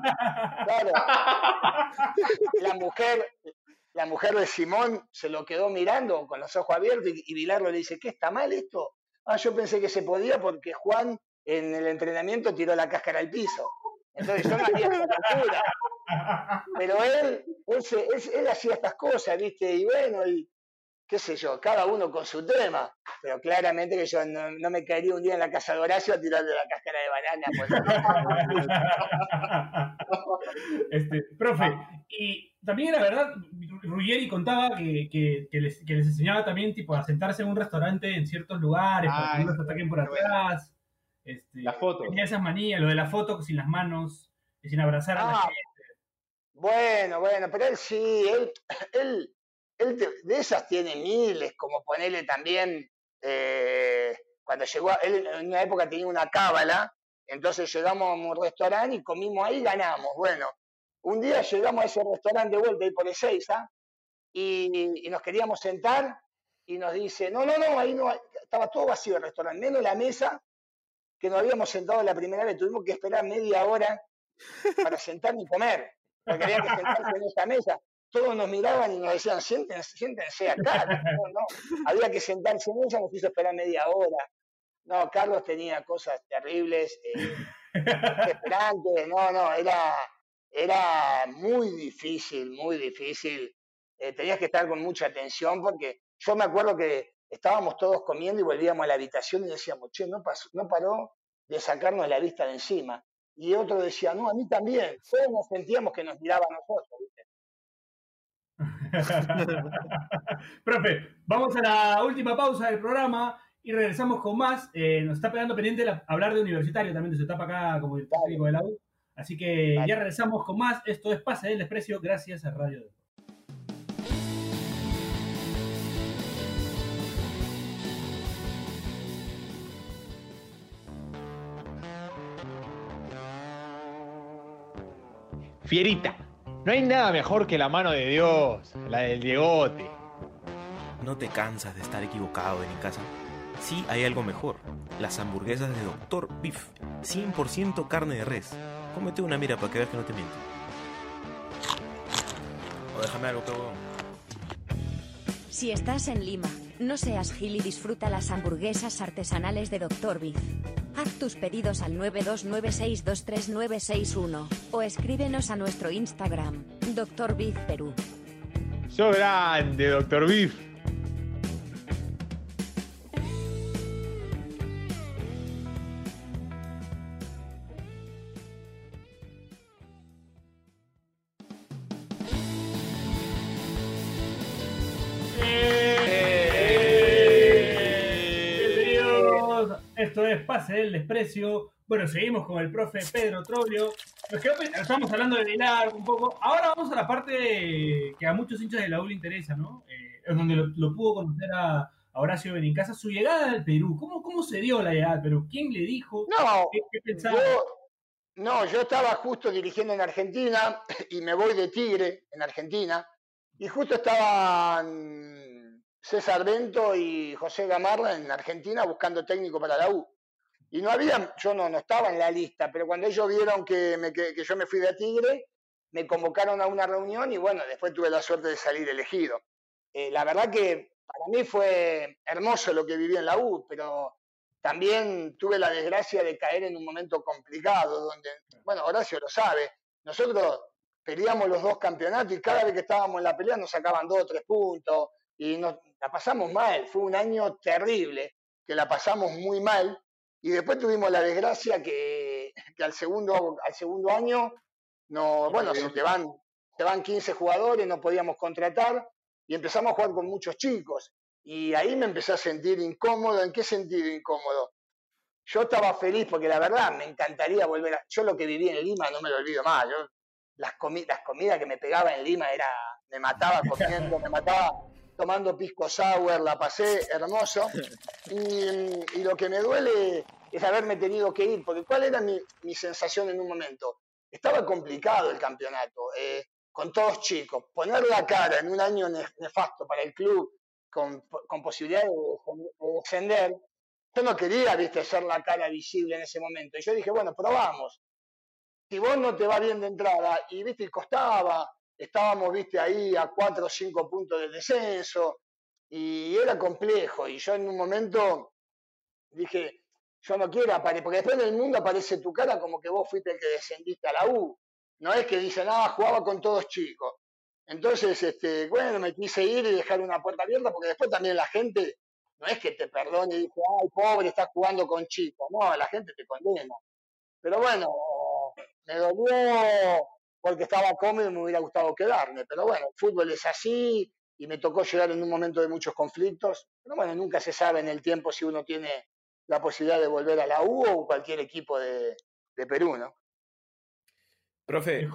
mujer de Simón se lo quedó mirando con los ojos abiertos y Bilardo le dice, ¿qué está mal esto? Yo pensé que se podía porque Juan en el entrenamiento tiró la cáscara al piso. Entonces yo no haría esa locura. Pero él hacía estas cosas, ¿viste? Y bueno, y qué sé yo, cada uno con su tema. Pero claramente que yo no me caería un día en la casa de Horacio a tirarle la cáscara de banana. Profe, y también era verdad, Ruggeri contaba que les enseñaba también tipo a sentarse en un restaurante en ciertos lugares, para que no se ataquen por atrás. La foto. Tenía esas manías, lo de la foto sin las manos, sin abrazar a la gente. Bueno, pero él sí, él de esas tiene miles, como ponerle también, cuando llegó, él en una época tenía una cábala, entonces llegamos a un restaurante y comimos ahí y ganamos. Bueno, un día llegamos a ese restaurante de vuelta ahí por Ezeiza y nos queríamos sentar y nos dice, no, ahí no, estaba todo vacío el restaurante, menos la mesa que nos habíamos sentado la primera vez, tuvimos que esperar media hora para sentarnos y comer, porque había que sentarse en esa mesa. Todos nos miraban y nos decían, siéntense acá. No. Había que sentarse en ella, nos hizo esperar media hora. No, Carlos tenía cosas terribles, desesperantes. Era muy difícil. Tenías que estar con mucha atención porque yo me acuerdo que estábamos todos comiendo y volvíamos a la habitación y decíamos, che, no paró de sacarnos la vista de encima. Y otro decía, no, a mí también. Todos nos sentíamos que nos miraba a nosotros, ¿viste? Profe, vamos a la última pausa del programa y regresamos con más. Nos está pegando pendiente hablar de Universitario también, de su etapa acá como técnico de la U. Así que ya regresamos con más. Esto es Pase del Desprecio, gracias a Radio Depor. Fierita, no hay nada mejor que la mano de Dios, la del Diegote. ¿No te cansas de estar equivocado en casa? Sí, hay algo mejor. Las hamburguesas de Dr. Beef, 100% carne de res. Cómete una, mira, para que veas que no te miento. O déjame algo, cabrón. Si estás en Lima, no seas gil y disfruta las hamburguesas artesanales de Dr. Beef. Haz tus pedidos al 929623961 o escríbenos a nuestro Instagram, Dr. Beef Perú. ¡Sos grande, Dr. Beef! Esto es Pase del Desprecio, Bueno, seguimos con el profe Pedro Troglio. Estamos hablando de Vilar un poco. Ahora vamos a la parte que a muchos hinchas de la U le interesa, ¿no? Es donde lo pudo conocer a Horacio Benincasa. Su llegada al Perú. ¿Cómo se dio la llegada al Perú? ¿Quién le dijo? No, ¿Qué pensaba? yo estaba justo dirigiendo en Argentina y me voy de Tigre en Argentina. Y justo estaban César Bento y José Gamarra en Argentina buscando técnico para la U. Y no había, yo no estaba en la lista, pero cuando ellos vieron que yo me fui de Tigre, me convocaron a una reunión y bueno, después tuve la suerte de salir elegido. La verdad que para mí fue hermoso lo que viví en la U, pero también tuve la desgracia de caer en un momento complicado, donde, bueno, Horacio lo sabe, nosotros peleamos los 2 campeonatos y cada vez que estábamos en la pelea nos sacaban 2 o 3 puntos y la pasamos mal, fue un año terrible, que la pasamos muy mal. Y después tuvimos la desgracia que al segundo año se te van 15 jugadores, no podíamos contratar y empezamos a jugar con muchos chicos. Y ahí me empecé a sentir incómodo. ¿En qué sentido incómodo? Yo estaba feliz porque la verdad me encantaría volver yo lo que viví en Lima no me lo olvido más. Las comidas que me pegaba en Lima me mataba comiendo, me mataba tomando pisco sour, la pasé hermoso. Y lo que me duele es haberme tenido que ir, porque ¿cuál era mi sensación en un momento? Estaba complicado el campeonato, con todos chicos. Poner la cara en un año nefasto para el club, con posibilidad de descender, yo no quería, viste, ser la cara visible en ese momento. Y yo dije, bueno, probamos. Si vos no te va bien de entrada, y viste, costaba, estábamos, viste, ahí a 4 o 5 puntos del descenso, y era complejo, y yo en un momento dije, yo no quiero aparecer, porque después en el mundo aparece tu cara como que vos fuiste el que descendiste a la U, no es que dicen, jugaba con todos chicos. Entonces, bueno, me quise ir y dejar una puerta abierta, porque después también la gente, no es que te perdone y dice, ay, pobre, estás jugando con chicos, no, la gente te condena. Pero bueno, me dolió porque estaba cómodo y me hubiera gustado quedarme. Pero bueno, el fútbol es así y me tocó llegar en un momento de muchos conflictos. Pero bueno, nunca se sabe en el tiempo si uno tiene la posibilidad de volver a la U o cualquier equipo de Perú, ¿no? Profe,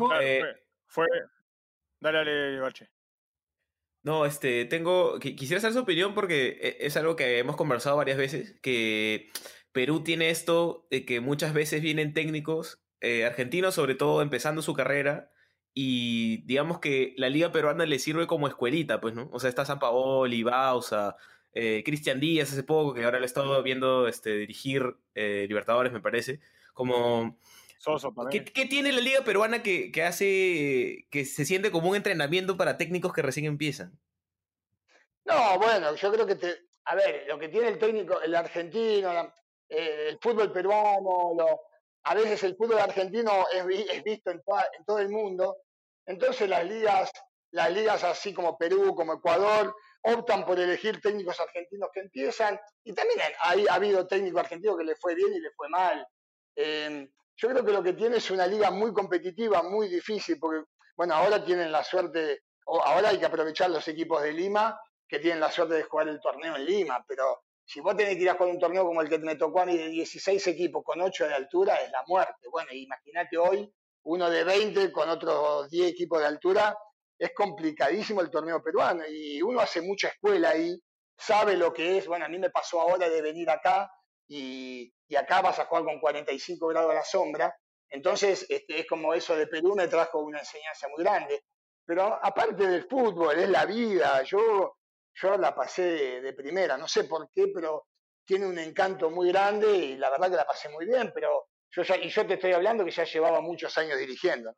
Dale, Bache. No, quisiera saber su opinión porque es algo que hemos conversado varias veces, que Perú tiene esto de que muchas veces vienen técnicos argentinos, sobre todo empezando su carrera, y digamos que la liga peruana le sirve como escuelita, pues, ¿no? O sea, está Sampaoli, Bausa, Cristian Díaz hace poco, que ahora lo he estado viendo dirigir Libertadores, me parece, como... Soso también. ¿Qué tiene la liga peruana que hace que se siente como un entrenamiento para técnicos que recién empiezan? No, bueno, yo creo que a ver, lo que tiene el técnico, el argentino, el fútbol peruano, a veces el fútbol argentino es visto en todo el mundo. Entonces las ligas así como Perú, como Ecuador, optan por elegir técnicos argentinos que empiezan. Y también ha habido técnicos argentinos que le fue bien y le fue mal. Yo creo que lo que tiene es una liga muy competitiva, muy difícil, porque, bueno, ahora tienen la suerte, ahora hay que aprovechar los equipos de Lima, que tienen la suerte de jugar el torneo en Lima, pero si vos tenés que ir a jugar un torneo como el que me tocó a mí de 16 equipos con 8 de altura, es la muerte. Bueno, imagínate hoy, uno de 20 con otros 10 equipos de altura, es complicadísimo el torneo peruano, y uno hace mucha escuela ahí, sabe lo que es. Bueno, a mí me pasó ahora de venir acá, y acá vas a jugar con 45 grados a la sombra. Entonces, es como eso de Perú me trajo una enseñanza muy grande. Pero aparte del fútbol, es la vida. Yo la pasé de primera, no sé por qué, pero tiene un encanto muy grande y la verdad que la pasé muy bien, pero yo te estoy hablando que ya llevaba muchos años dirigiendo.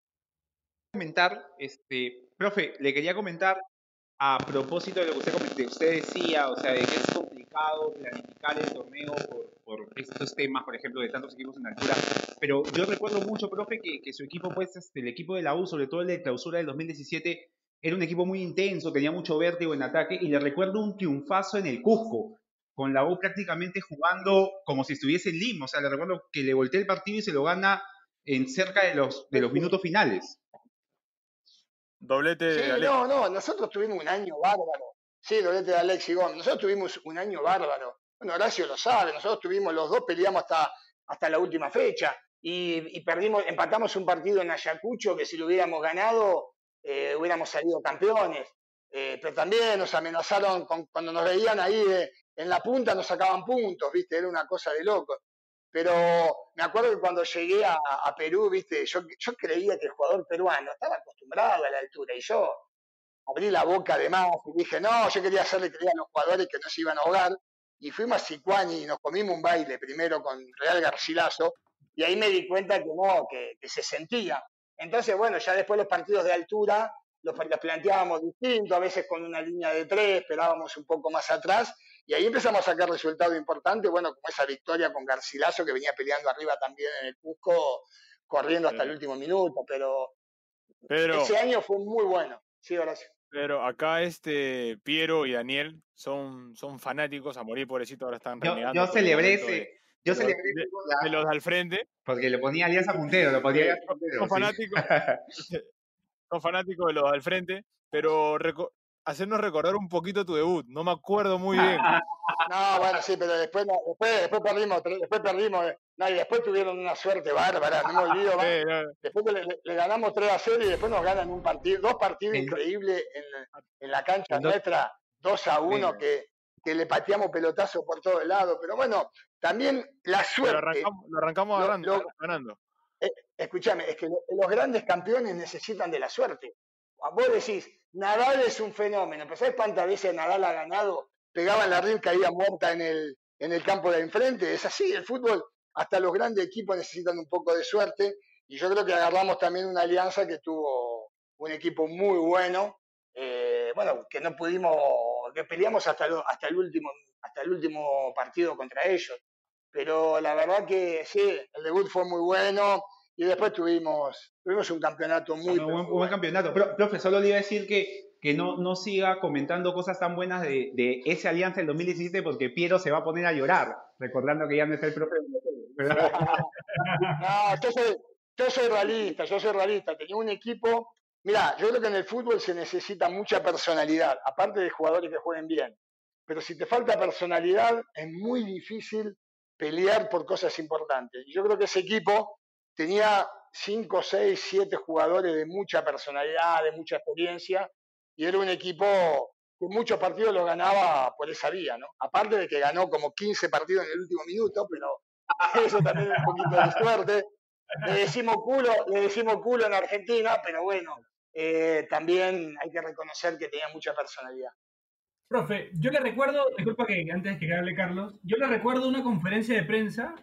Profe, le quería comentar a propósito de lo que usted decía, o sea, de que es complicado planificar el torneo por estos temas, por ejemplo, de tantos equipos en altura, pero yo recuerdo mucho, profe, que su equipo, pues, el equipo de la U, sobre todo el de clausura del 2017, era un equipo muy intenso, tenía mucho vértigo en ataque, y le recuerdo un triunfazo en el Cusco, con la U prácticamente jugando como si estuviese en Lima, o sea, le recuerdo que le voltea el partido y se lo gana en cerca de los minutos finales. Doblete de Alex. No, nosotros tuvimos un año bárbaro. Sí, doblete de Alex y Gómez. Nosotros tuvimos un año bárbaro. Bueno, Horacio lo sabe, nosotros tuvimos, los dos peleamos hasta la última fecha. Y empatamos un partido en Ayacucho que si lo hubiéramos ganado, hubiéramos salido campeones. Pero también nos amenazaron cuando nos veían ahí en la punta, nos sacaban puntos, ¿viste? Era una cosa de loco. Pero me acuerdo que cuando llegué a Perú, ¿viste? Yo creía que el jugador peruano estaba acostumbrado a la altura y yo abrí la boca de más y dije, no, yo quería hacerle creer a los jugadores que no se iban a ahogar. Y fuimos a Sicuani y nos comimos un baile primero con Real Garcilaso y ahí me di cuenta que no, que se sentía. Entonces, bueno, ya después los partidos de altura los planteábamos distinto, a veces con una línea de 3, esperábamos un poco más atrás, y ahí empezamos a sacar resultados importantes, bueno, como esa victoria con Garcilaso, que venía peleando arriba también en el Cusco, corriendo hasta el último minuto, pero ese año fue muy bueno. Sí, Horacio. Pero acá Piero y Daniel son fanáticos a morir, pobrecito, ahora están renegando. Yo celebré de los al frente. Porque le ponía Alianza puntero, Son fanáticos de los al frente, pero hacernos recordar un poquito tu debut, no me acuerdo muy bien. No, bueno, sí, pero después perdimos. No, y después tuvieron una suerte bárbara, no me olvido. Después le ganamos 3-0 y después nos ganan dos partidos increíbles en la cancha nuestra, 2-1, que le pateamos pelotazo por todos lados. Pero bueno, también la suerte. Lo arrancamos ganando. Escúchame, es que los grandes campeones necesitan de la suerte. Vos decís, Nadal es un fenómeno, pero ¿sabés cuántas veces Nadal ha ganado? Pegaba en la red, caía muerta en el campo de enfrente. Es así, el fútbol, hasta los grandes equipos necesitan un poco de suerte. Y yo creo que agarramos también una Alianza que tuvo un equipo muy bueno. Bueno, que no pudimos, que peleamos hasta el último partido contra ellos. Pero la verdad que sí, el debut fue muy bueno. Y después tuvimos un campeonato muy buen campeonato. Pero, profe, solo le iba a decir que no siga comentando cosas tan buenas de esa Alianza del 2017 porque Piero se va a poner a llorar, recordando que ya no está el profe. No, yo soy realista. Tenía un equipo. Mirá, yo creo que en el fútbol se necesita mucha personalidad, aparte de jugadores que jueguen bien. Pero si te falta personalidad, es muy difícil pelear por cosas importantes. Y yo creo que ese equipo tenía 5, 6, 7 jugadores de mucha personalidad, de mucha experiencia, y era un equipo que muchos partidos los ganaba por esa vía, ¿no? Aparte de que ganó como 15 partidos en el último minuto, pero eso también es un poquito de suerte. Le decimos culo en Argentina, pero bueno, también hay que reconocer que tenía mucha personalidad. Profe, yo le recuerdo, disculpa que antes que hable Carlos, yo le recuerdo una conferencia de prensa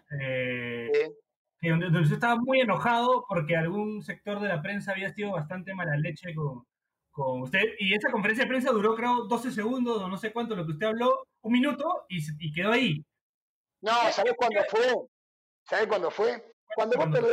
donde usted estaba muy enojado porque algún sector de la prensa había sido bastante mala leche con usted. Y esa conferencia de prensa duró, creo, 12 segundos o no sé cuánto, lo que usted habló, 1 minuto y quedó ahí. No, ¿sabés cuándo fue? Cuando vos perdés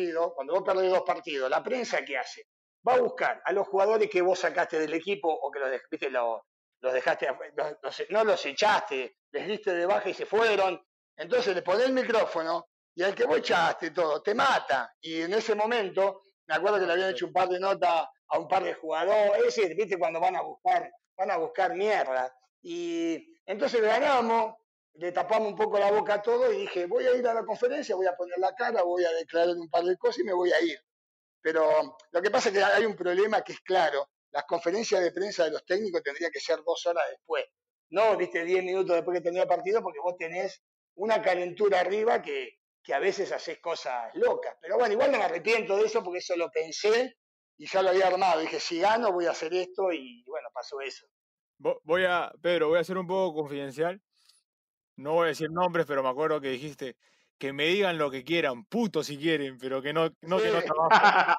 2 partidos, ¿la prensa qué hace? Va a buscar a los jugadores que vos sacaste del equipo o que los dejaste, no los echaste, les diste de baja y se fueron. Entonces le ponés el micrófono y al que vos echaste todo, te mata. Y en ese momento, me acuerdo que le habían hecho un par de notas a un par de jugadores, es decir, viste cuando van a buscar mierda. Y entonces ganamos, le tapamos un poco la boca a todo y dije, voy a ir a la conferencia, voy a poner la cara, voy a declarar un par de cosas y me voy a ir. Pero lo que pasa es que hay un problema que es claro, las conferencias de prensa de los técnicos tendría que ser 2 horas después. No, viste, 10 minutos después que terminó el partido, porque vos tenés una calentura arriba que a veces haces cosas locas. Pero bueno, igual no me arrepiento de eso porque eso lo pensé y ya lo había armado. Dije, si gano voy a hacer esto y bueno, pasó eso. Pedro, voy a ser un poco confidencial. No voy a decir nombres, pero me acuerdo que dijiste que me digan lo que quieran, puto si quieren, pero que no trabajen.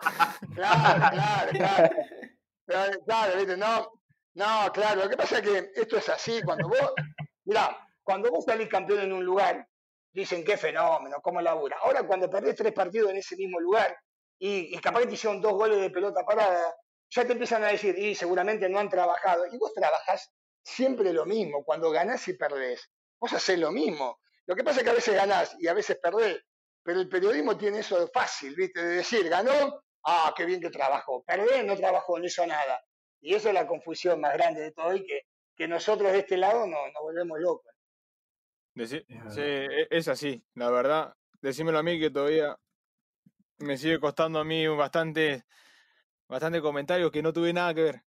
Claro, ¿viste? No, claro. Lo que pasa es que esto es así. Cuando vos salís campeón en un lugar, dicen qué fenómeno, cómo labura. Ahora, cuando perdés 3 partidos en ese mismo lugar y capaz que te hicieron 2 goles de pelota parada, ya te empiezan a decir, y seguramente no han trabajado. Y vos trabajás siempre lo mismo. Cuando ganás y perdés, vos hacés lo mismo. Lo que pasa es que a veces ganás y a veces perdés. Pero el periodismo tiene eso de fácil, ¿viste? De decir, ganó, qué bien que trabajó. Perdés, no trabajó, no hizo nada. Y eso es la confusión más grande de todo y que nosotros de este lado nos volvemos locos. Sí, es así, la verdad. decímelo a mí que todavía me sigue costando a mí bastante comentarios que no tuve nada que ver.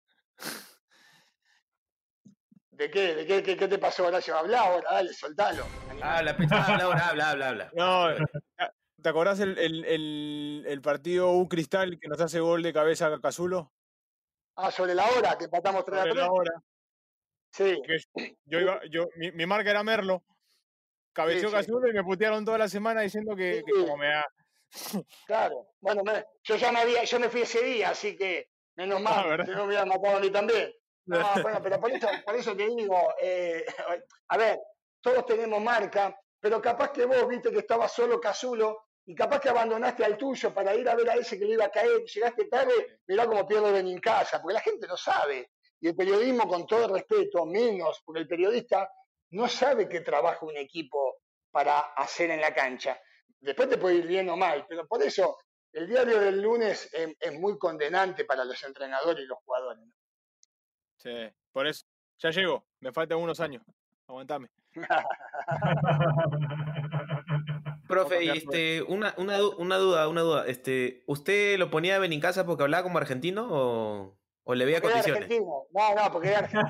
¿De qué? ¿Qué te pasó, Horacio? Habla ahora, dale, soltalo. Habla, pecha, habla. No, ¿te acordás el partido U Cristal que nos hace gol de cabeza a Casulo? Sobre la hora, que empatamos 3 a 3. Sobre la hora. Sí. Mi marca era Merlo. Cabeció Sí. Casulo y me putearon toda la semana diciendo que como me da. Claro. Bueno, yo me fui ese día, así que menos mal, si no me hubieran matado a mí también. No, bueno, pero por eso te digo, a ver, todos tenemos marca, pero capaz que vos viste que estaba solo Casulo y capaz que abandonaste al tuyo para ir a ver a ese que le iba a caer, llegaste tarde, mirá cómo pierde Benincasa, porque la gente no sabe. Y el periodismo, con todo respeto, menos, porque el periodista no sabe qué trabaja un equipo para hacer en la cancha. Después te puede ir bien o mal, pero por eso el diario del lunes es muy condenante para los entrenadores y los jugadores, ¿no? Sí, por eso. Ya llego, me faltan unos años. Aguantame. Profe, y una duda. ¿Usted lo ponía a Benincasa porque hablaba como argentino o le veía condiciones? Argentino. No, porque era argentino.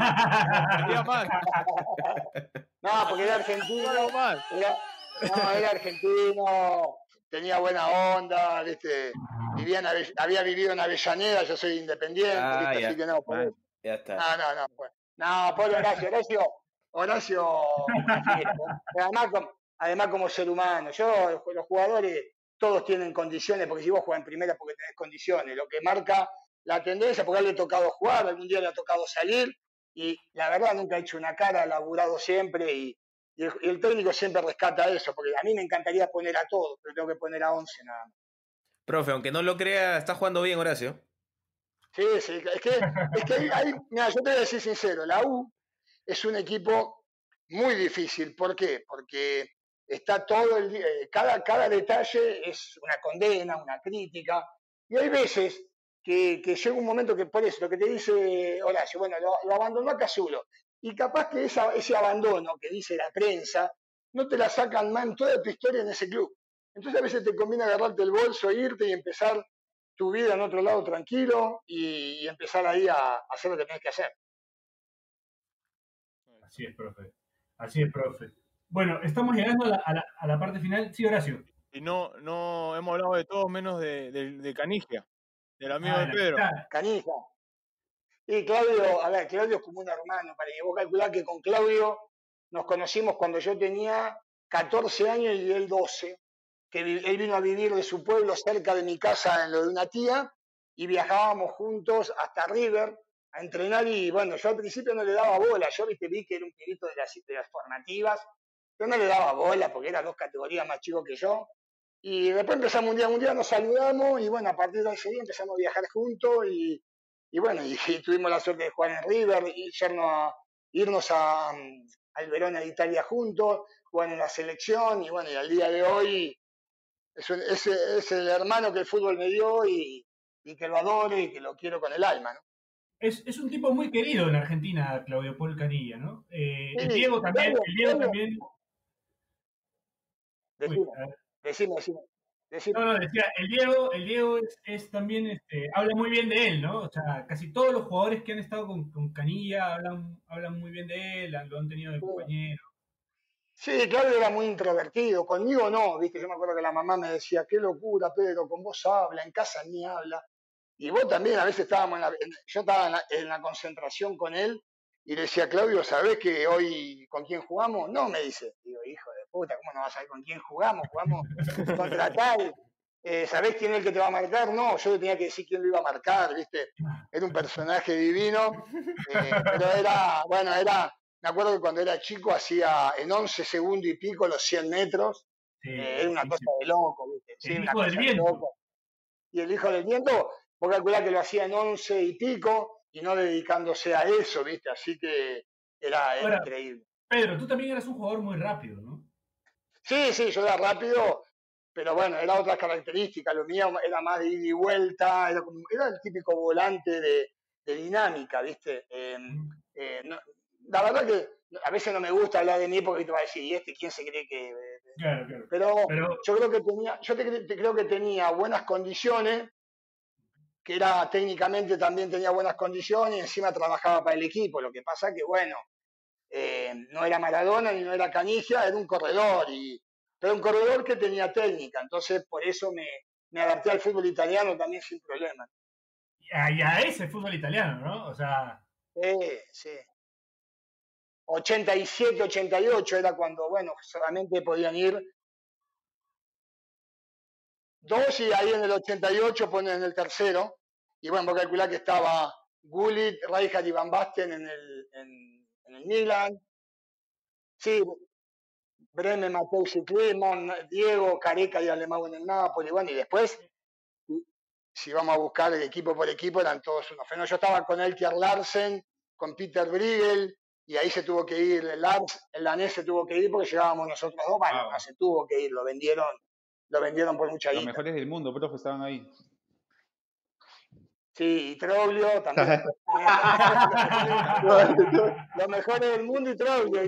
No, porque era argentino. Era argentino, tenía buena onda, ¿viste? Había vivido en Avellaneda, yo soy independiente, ¿viste? Así que no, por eso. Ya está. No, pobre Horacio, además como ser humano, los jugadores todos tienen condiciones, porque si vos jugás en primera porque tenés condiciones, lo que marca la tendencia, porque a él le ha tocado jugar, algún día le ha tocado salir, y la verdad nunca ha hecho una cara, ha laburado siempre, y el técnico siempre rescata eso, porque a mí me encantaría poner a todos, pero tengo que poner a 11 nada más. Profe, aunque no lo crea, está jugando bien Horacio. Sí, es que ahí, mira, yo te voy a decir sincero, la U es un equipo muy difícil. ¿Por qué? Porque está todo el día, cada detalle es una condena, una crítica, y hay veces que llega un momento que por eso, lo que te dice Horacio, bueno, lo abandonó a Casulo, y capaz que ese abandono que dice la prensa, no te la sacan más en toda tu historia en ese club. Entonces a veces te conviene agarrarte el bolso, irte y empezar tu vida en otro lado tranquilo y empezar ahí a hacer lo que tenés que hacer. Así es, profe. Bueno, estamos llegando a la parte final. Sí, Horacio. Y no hemos hablado de todos menos de Canigia, del amigo de Pedro. Canigia. Y Claudio es como un hermano para mí. Vos calculás que con Claudio nos conocimos cuando yo tenía 14 años y él 12. Que él vino a vivir de su pueblo cerca de mi casa en lo de una tía y viajábamos juntos hasta River a entrenar y bueno, yo al principio no le daba bola, yo vi que era un pibito de las formativas, yo no le daba bola porque eran 2 categorías más chicos que yo y después empezamos un día nos saludamos y bueno, a partir de ese día empezamos a viajar juntos y bueno, y tuvimos la suerte de jugar en River y irnos al Verona de Italia juntos, jugar en la selección y bueno, y al día de hoy es el hermano que el fútbol me dio y que lo adoro y que lo quiero con el alma, ¿no? Es un tipo muy querido en Argentina, Claudio Paul Canilla, ¿no? Sí, el Diego también. Decime. No, decía, el Diego es también, habla muy bien de él, ¿no? O sea, casi todos los jugadores que han estado con Canilla hablan muy bien de él, lo han tenido de compañero. Sí, Claudio era muy introvertido, conmigo no, viste, yo me acuerdo que la mamá me decía, qué locura, Pedro, con vos habla, en casa ni habla. Y vos también, a veces yo estaba en la concentración con él y le decía, Claudio, ¿sabés que hoy con quién jugamos? No, me dice. Digo, hijo de puta, ¿cómo no vas a saber con quién jugamos? Jugamos contra tal. ¿Sabés quién es el que te va a marcar? No, yo le tenía que decir quién lo iba a marcar, ¿viste? Era un personaje divino, pero me acuerdo que cuando era chico hacía en 11 segundos y pico los 100 metros, era una cosa de loco, ¿viste? Sí, el hijo del viento. Loco. Y el hijo del viento, vos calculás que lo hacía en 11 y pico y no dedicándose a eso, ¿viste? Así que era increíble. Pedro, tú también eras un jugador muy rápido, ¿no? Sí, yo era rápido, pero bueno, era otras características. Lo mío era más de ida y vuelta, era el típico volante de dinámica, ¿viste? La verdad que a veces no me gusta hablar de mí porque te va a decir, ¿y quién se cree que Claro. Pero yo creo que creo que tenía buenas condiciones, que era técnicamente también tenía buenas condiciones y encima trabajaba para el equipo. Lo que pasa que, bueno, no era Maradona ni no era Canigia, era un corredor, pero un corredor que tenía técnica. Entonces, por eso me adapté al fútbol italiano también sin problema. Y a ese fútbol italiano, ¿no? O sea... Sí. 87, 88 era cuando, bueno, solamente podían ir 2 y ahí en el 88 ponen en el tercero. Y bueno, vos calculás que estaba Gullit, Rijkaard y Van Basten en el Milan. Sí, Bremen, Mateus y Klinsmann, Diego, Careca y Alemão en el Napoli. Bueno, y después, si vamos a buscar el equipo por equipo, eran todos unos fenómenos. Yo estaba con Elkjær Larsen, con Peter Briegel, y ahí se tuvo que ir el danés se tuvo que ir porque llegábamos nosotros dos. Bueno, no se tuvo que ir, lo vendieron por mucha guita. Los mejores del mundo, profe, estaban ahí. Sí, y Troglio también. Los mejores del mundo y Troglio.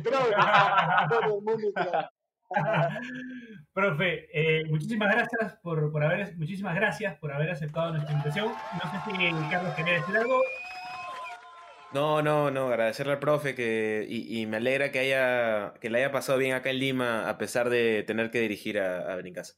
Profe, muchísimas gracias por haber aceptado nuestra invitación. No sé si Carlos quería decir algo. No, agradecerle al profe y me alegra que le haya pasado bien acá en Lima a pesar de tener que dirigir a Benincasa.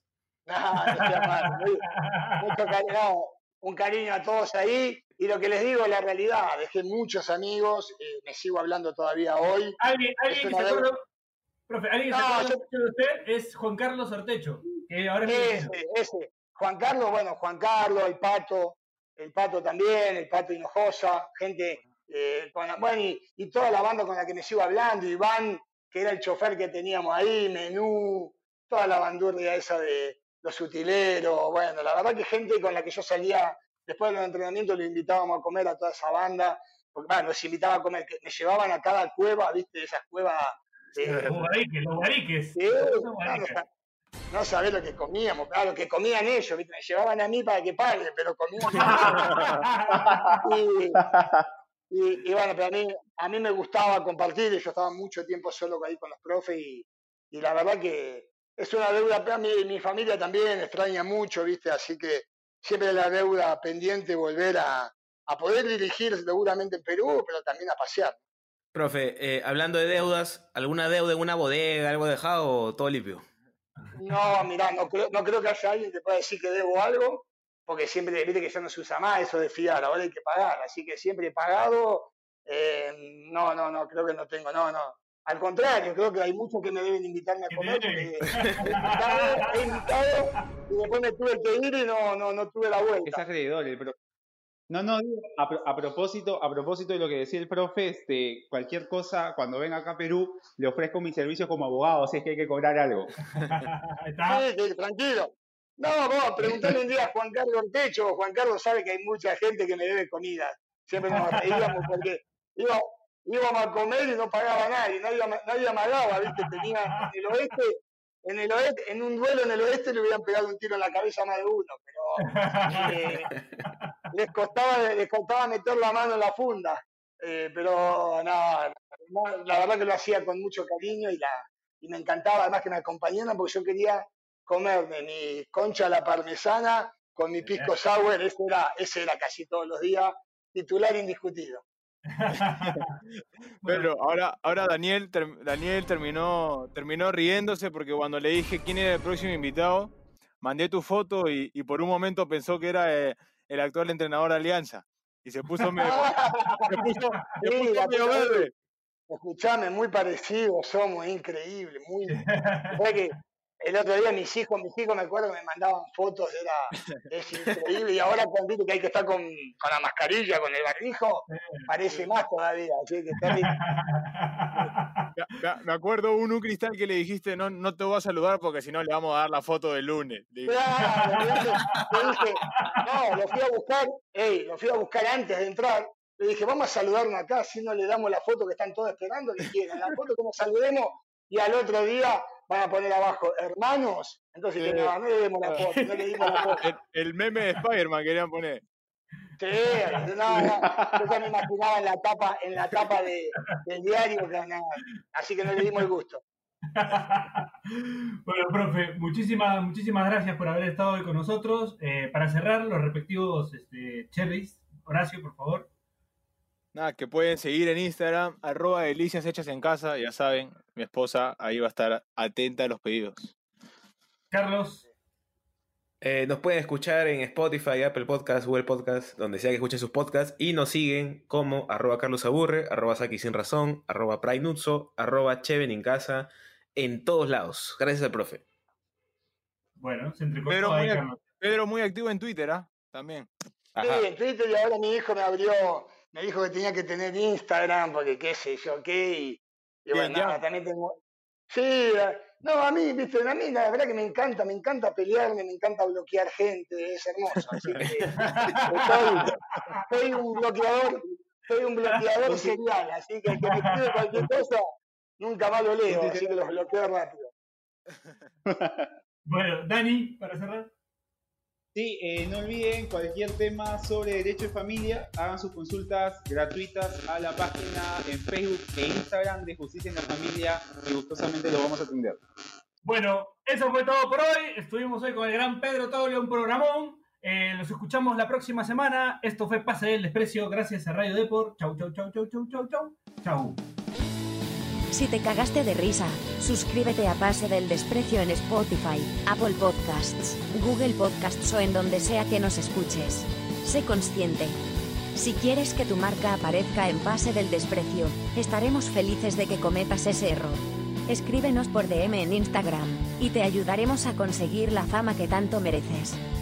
Mucho cariño, un cariño a todos ahí, y lo que les digo es la realidad. Dejé muchos amigos, me sigo hablando todavía hoy. ¿Alguien que se acuerda? Profe, ¿alguien que se acuerda de usted? Es Juan Carlos Ortecho, que ahora es ese. Juan Carlos, el Pato también, el Pato Hinojosa, gente... y toda la banda con la que me sigo hablando, Iván, que era el chofer que teníamos ahí, Menú, toda la bandurria esa de los utileros. Bueno, la verdad que gente con la que yo salía después de los entrenamientos, lo invitábamos a comer a toda esa banda, porque bueno, los invitaba a comer, que me llevaban a cada cueva, viste, esas cuevas los guariques. Sí, no sabés lo que comíamos, claro, lo que comían ellos, ¿viste? Me llevaban a mí para que pague, pero comían y bueno, pero a mí me gustaba compartir, y yo estaba mucho tiempo solo ahí con los profes, y la verdad que es una deuda, mi familia también extraña mucho, ¿viste? Así que siempre la deuda pendiente volver a poder dirigir seguramente en Perú, pero también a pasear. Profe, hablando de deudas, ¿alguna deuda en una bodega, algo dejado o todo limpio? No, mirá, no creo que haya alguien que pueda decir que debo algo, porque siempre, viste que ya no se usa más eso de fiar, ahora hay que pagar, así que siempre he pagado. No, creo que no tengo, no. Al contrario, creo que hay muchos que me deben invitarme a comer, porque he invitado y después me tuve que ir y no tuve la vuelta. Es acreedor el profe. No, a propósito de lo que decía el profe, cualquier cosa, cuando venga acá a Perú, le ofrezco mi servicio como abogado, si es que hay que cobrar algo. Sí, tranquilo. No, vos, preguntale un día a Juan Carlos Ortecho. Juan Carlos sabe que hay mucha gente que me debe comida. Siempre nos reíamos porque íbamos a comer y no pagaba nadie amagaba, ¿viste? Tenía en un duelo en el oeste le hubieran pegado un tiro en la cabeza a más de uno, pero les costaba meter la mano en la funda. Pero no, la verdad que lo hacía con mucho cariño y me encantaba además que me acompañaran, porque yo quería comerme mi concha a la parmesana con mi pisco sour. Ese era casi todos los días, titular indiscutido. Pero ahora Daniel terminó riéndose porque cuando le dije quién era el próximo invitado, mandé tu foto y por un momento pensó que era el actual entrenador de Alianza y se puso medio verde. Escuchame, muy parecidos somos, increíble, muy. Fue que el otro día mis hijos me acuerdo que me mandaban fotos, es increíble, y ahora cuando digo que hay que estar con la mascarilla, con el barbijo, parece más todavía, así que está bien. Me acuerdo un cristal que le dijiste, no te voy a saludar porque si no le vamos a dar la foto del lunes. Claro, le dije, no, lo fui a buscar antes de entrar. Le dije, vamos a saludarnos acá, si no le damos la foto que están todos esperando, que quieran, la foto que nos saludemos, y al otro día van a poner abajo, hermanos. Entonces, no le dimos la foto, no le dimos la foto. El meme de Spider-Man querían poner. Sí, yo ya me imaginaba en la tapa del diario, así que no le dimos el gusto. Bueno, profe, muchísimas gracias por haber estado hoy con nosotros. Para cerrar, los respectivos cherries. Horacio, por favor. Nada, que pueden seguir en Instagram, @delicias hechas en casa, ya saben, mi esposa ahí va a estar atenta a los pedidos. Carlos. Nos pueden escuchar en Spotify, Apple Podcasts, Google Podcasts, donde sea que escuchen sus podcasts, y nos siguen como @carlosaburre, @sakisinrazón, @prainutso, @chevenincasa, en todos lados. Gracias al profe. Bueno, se entrecortó ahí, Carlos. Pedro muy activo en Twitter, también. Sí, en Twitter, y ahora mi hijo me dijo que tenía que tener Instagram, porque qué sé yo qué, y bueno, nada, también tengo... Sí, no, a mí, viste, a mí la verdad que me encanta pelearme, me encanta bloquear gente, es hermoso, así que soy un bloqueador serial, así que el que me escribe cualquier cosa, nunca más lo leo, así que los bloqueo rápido. Bueno, Dani, para cerrar. Sí, no olviden cualquier tema sobre derecho de familia, hagan sus consultas gratuitas a la página en Facebook e Instagram de Justicia en la Familia y gustosamente lo vamos a atender. Bueno, eso fue todo por hoy. Estuvimos hoy con el gran Pedro Toble, un programón. Nos escuchamos la próxima semana. Esto fue Pase del Desprecio, gracias a Radio Depor. Chau. Chau. Si te cagaste de risa, suscríbete a Pase del Desprecio en Spotify, Apple Podcasts, Google Podcasts o en donde sea que nos escuches. Sé consciente. Si quieres que tu marca aparezca en Pase del Desprecio, estaremos felices de que cometas ese error. Escríbenos por DM en Instagram, y te ayudaremos a conseguir la fama que tanto mereces.